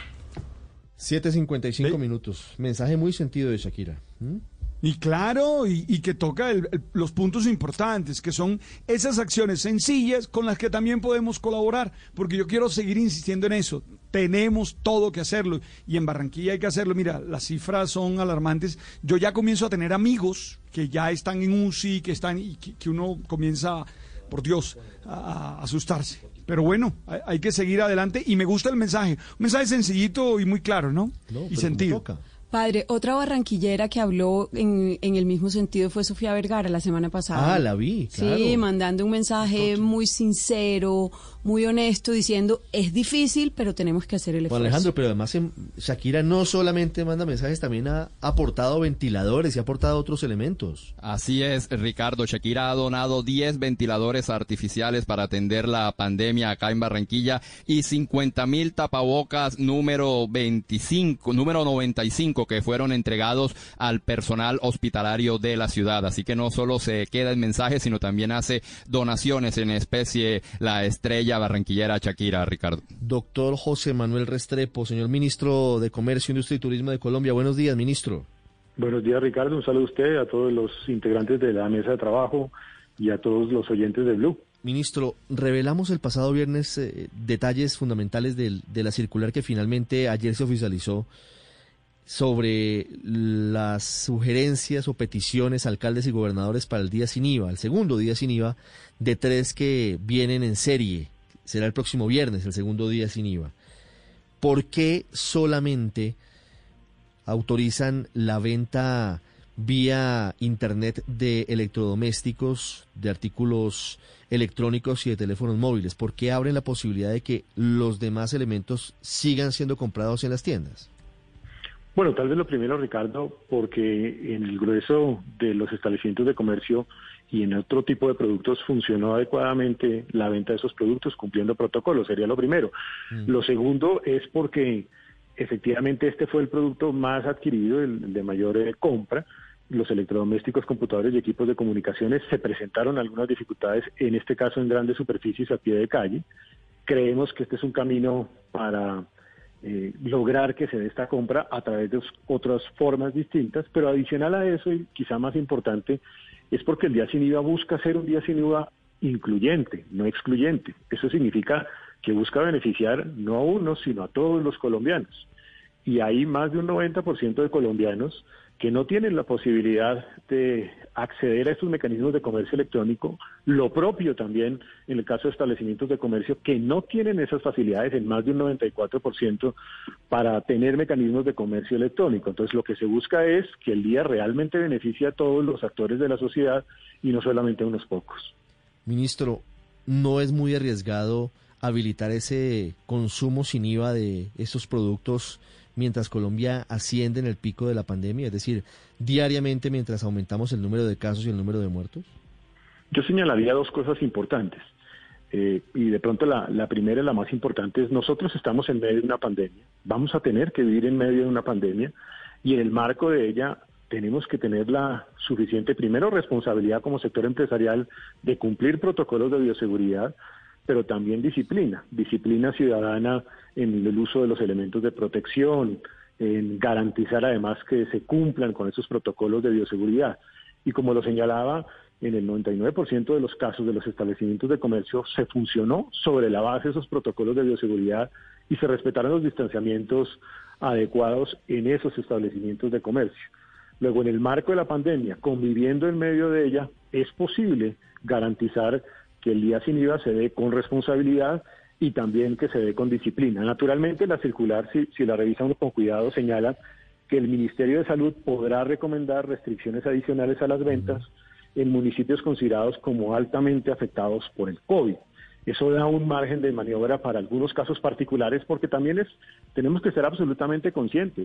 siete cincuenta y cinco minutos. Mensaje muy sentido de Shakira. ¿Mm? Y claro, y, y que toca el, el, los puntos importantes, que son esas acciones sencillas con las que también podemos colaborar, porque yo quiero seguir insistiendo en eso. Tenemos todo que hacerlo, y en Barranquilla hay que hacerlo. Mira, las cifras son alarmantes. Yo ya comienzo a tener amigos que ya están en U C I, que están, y que, que uno comienza, por Dios, a, a asustarse. Pero bueno, hay, hay que seguir adelante, y me gusta el mensaje. Un mensaje sencillito y muy claro, ¿no? no y sentido. Padre, otra barranquillera que habló en, en el mismo sentido fue Sofía Vergara la semana pasada. Ah, la vi, claro. Sí, mandando un mensaje muy sincero, muy honesto, diciendo, es difícil, pero tenemos que hacer el esfuerzo. Bueno, Alejandro, pero además Shakira no solamente manda mensajes, también ha aportado ventiladores y ha aportado otros elementos. Así es, Ricardo. Shakira ha donado diez ventiladores artificiales para atender la pandemia acá en Barranquilla y cincuenta mil tapabocas número veinticinco, número noventa y cinco, que fueron entregados al personal hospitalario de la ciudad. Así que no solo se queda en mensajes, sino también hace donaciones en especie la estrella barranquillera Shakira, Ricardo. Doctor José Manuel Restrepo, señor ministro de Comercio, Industria y Turismo de Colombia. Buenos días, ministro. Buenos días, Ricardo. Un saludo a usted, a todos los integrantes de la mesa de trabajo y a todos los oyentes de Blue. Ministro, revelamos el pasado viernes eh, detalles fundamentales del, de la circular que finalmente ayer se oficializó sobre las sugerencias o peticiones a alcaldes y gobernadores para el día sin I V A, el segundo día sin I V A, de tres que vienen en serie. Será el próximo viernes, el segundo día sin I V A. ¿Por qué solamente autorizan la venta vía internet de electrodomésticos, de artículos electrónicos y de teléfonos móviles? ¿Por qué abren la posibilidad de que los demás elementos sigan siendo comprados en las tiendas? Bueno, tal vez lo primero, Ricardo, porque en el grueso de los establecimientos de comercio y en otro tipo de productos funcionó adecuadamente la venta de esos productos cumpliendo protocolos, sería lo primero. Mm. Lo segundo es porque efectivamente este fue el producto más adquirido, el de mayor eh, compra. Los electrodomésticos, computadores y equipos de comunicaciones, se presentaron algunas dificultades, en este caso en grandes superficies a pie de calle. Creemos que este es un camino para Eh, lograr que se dé esta compra a través de otras formas distintas, pero adicional a eso, y quizá más importante, es porque el día sin I V A busca ser un día sin I V A incluyente, no excluyente. Eso significa que busca beneficiar no a unos, sino a todos los colombianos. Y hay más de un noventa por ciento de colombianos que no tienen la posibilidad de acceder a estos mecanismos de comercio electrónico, lo propio también en el caso de establecimientos de comercio que no tienen esas facilidades en más de un noventa y cuatro por ciento para tener mecanismos de comercio electrónico. Entonces lo que se busca es que el día realmente beneficie a todos los actores de la sociedad y no solamente a unos pocos. Ministro, ¿no es muy arriesgado habilitar ese consumo sin I V A de estos productos mientras Colombia asciende en el pico de la pandemia, es decir, diariamente mientras aumentamos el número de casos y el número de muertos? Yo señalaría dos cosas importantes, eh, y de pronto la, la primera y la más importante es: nosotros estamos en medio de una pandemia, vamos a tener que vivir en medio de una pandemia, y en el marco de ella tenemos que tener la suficiente, primero, responsabilidad como sector empresarial de cumplir protocolos de bioseguridad, pero también disciplina, disciplina ciudadana en el uso de los elementos de protección, en garantizar además que se cumplan con esos protocolos de bioseguridad. Y como lo señalaba, en el noventa y nueve por ciento de los casos de los establecimientos de comercio se funcionó sobre la base de esos protocolos de bioseguridad y se respetaron los distanciamientos adecuados en esos establecimientos de comercio. Luego, en el marco de la pandemia, conviviendo en medio de ella, es posible garantizar que el día sin I V A se dé con responsabilidad y también que se dé con disciplina. Naturalmente, la circular, si, si la revisa uno con cuidado, señala que el Ministerio de Salud podrá recomendar restricciones adicionales a las ventas en municipios considerados como altamente afectados por el COVID. Eso da un margen de maniobra para algunos casos particulares, porque también es tenemos que ser absolutamente conscientes.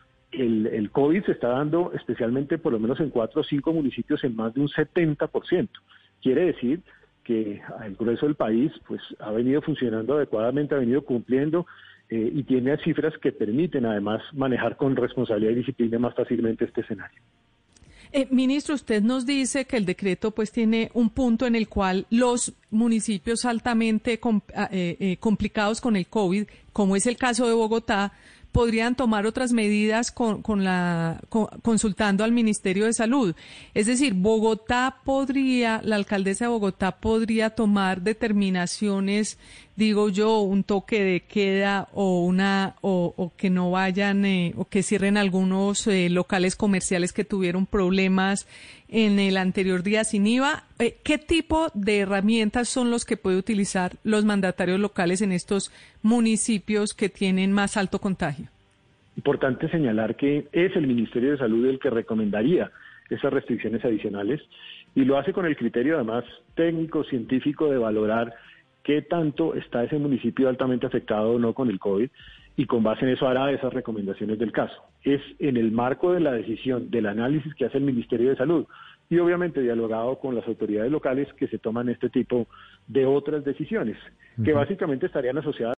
El, el COVID se está dando especialmente por lo menos en cuatro o cinco municipios en más de un setenta por ciento. Quiere decir que el grueso del país pues ha venido funcionando adecuadamente, ha venido cumpliendo eh, y tiene cifras que permiten además manejar con responsabilidad y disciplina más fácilmente este escenario. Eh, ministro, usted nos dice que el decreto pues tiene un punto en el cual los municipios altamente com- eh, eh, complicados con el COVID, como es el caso de Bogotá, podrían tomar otras medidas con, con la, con, consultando al Ministerio de Salud. Es decir, Bogotá podría, la alcaldesa de Bogotá podría tomar determinaciones, digo yo, un toque de queda o una o, o que no vayan eh, o que cierren algunos eh, locales comerciales que tuvieron problemas en el anterior día sin I V A. Eh, ¿Qué tipo de herramientas son los que puede utilizar los mandatarios locales en estos municipios que tienen más alto contagio? Importante señalar que es el Ministerio de Salud el que recomendaría esas restricciones adicionales y lo hace con el criterio además técnico, científico de valorar qué tanto está ese municipio altamente afectado o no con el COVID y con base en eso hará esas recomendaciones del caso. Es en el marco de la decisión, del análisis que hace el Ministerio de Salud y obviamente dialogado con las autoridades locales que se toman este tipo de otras decisiones, que básicamente estarían asociadas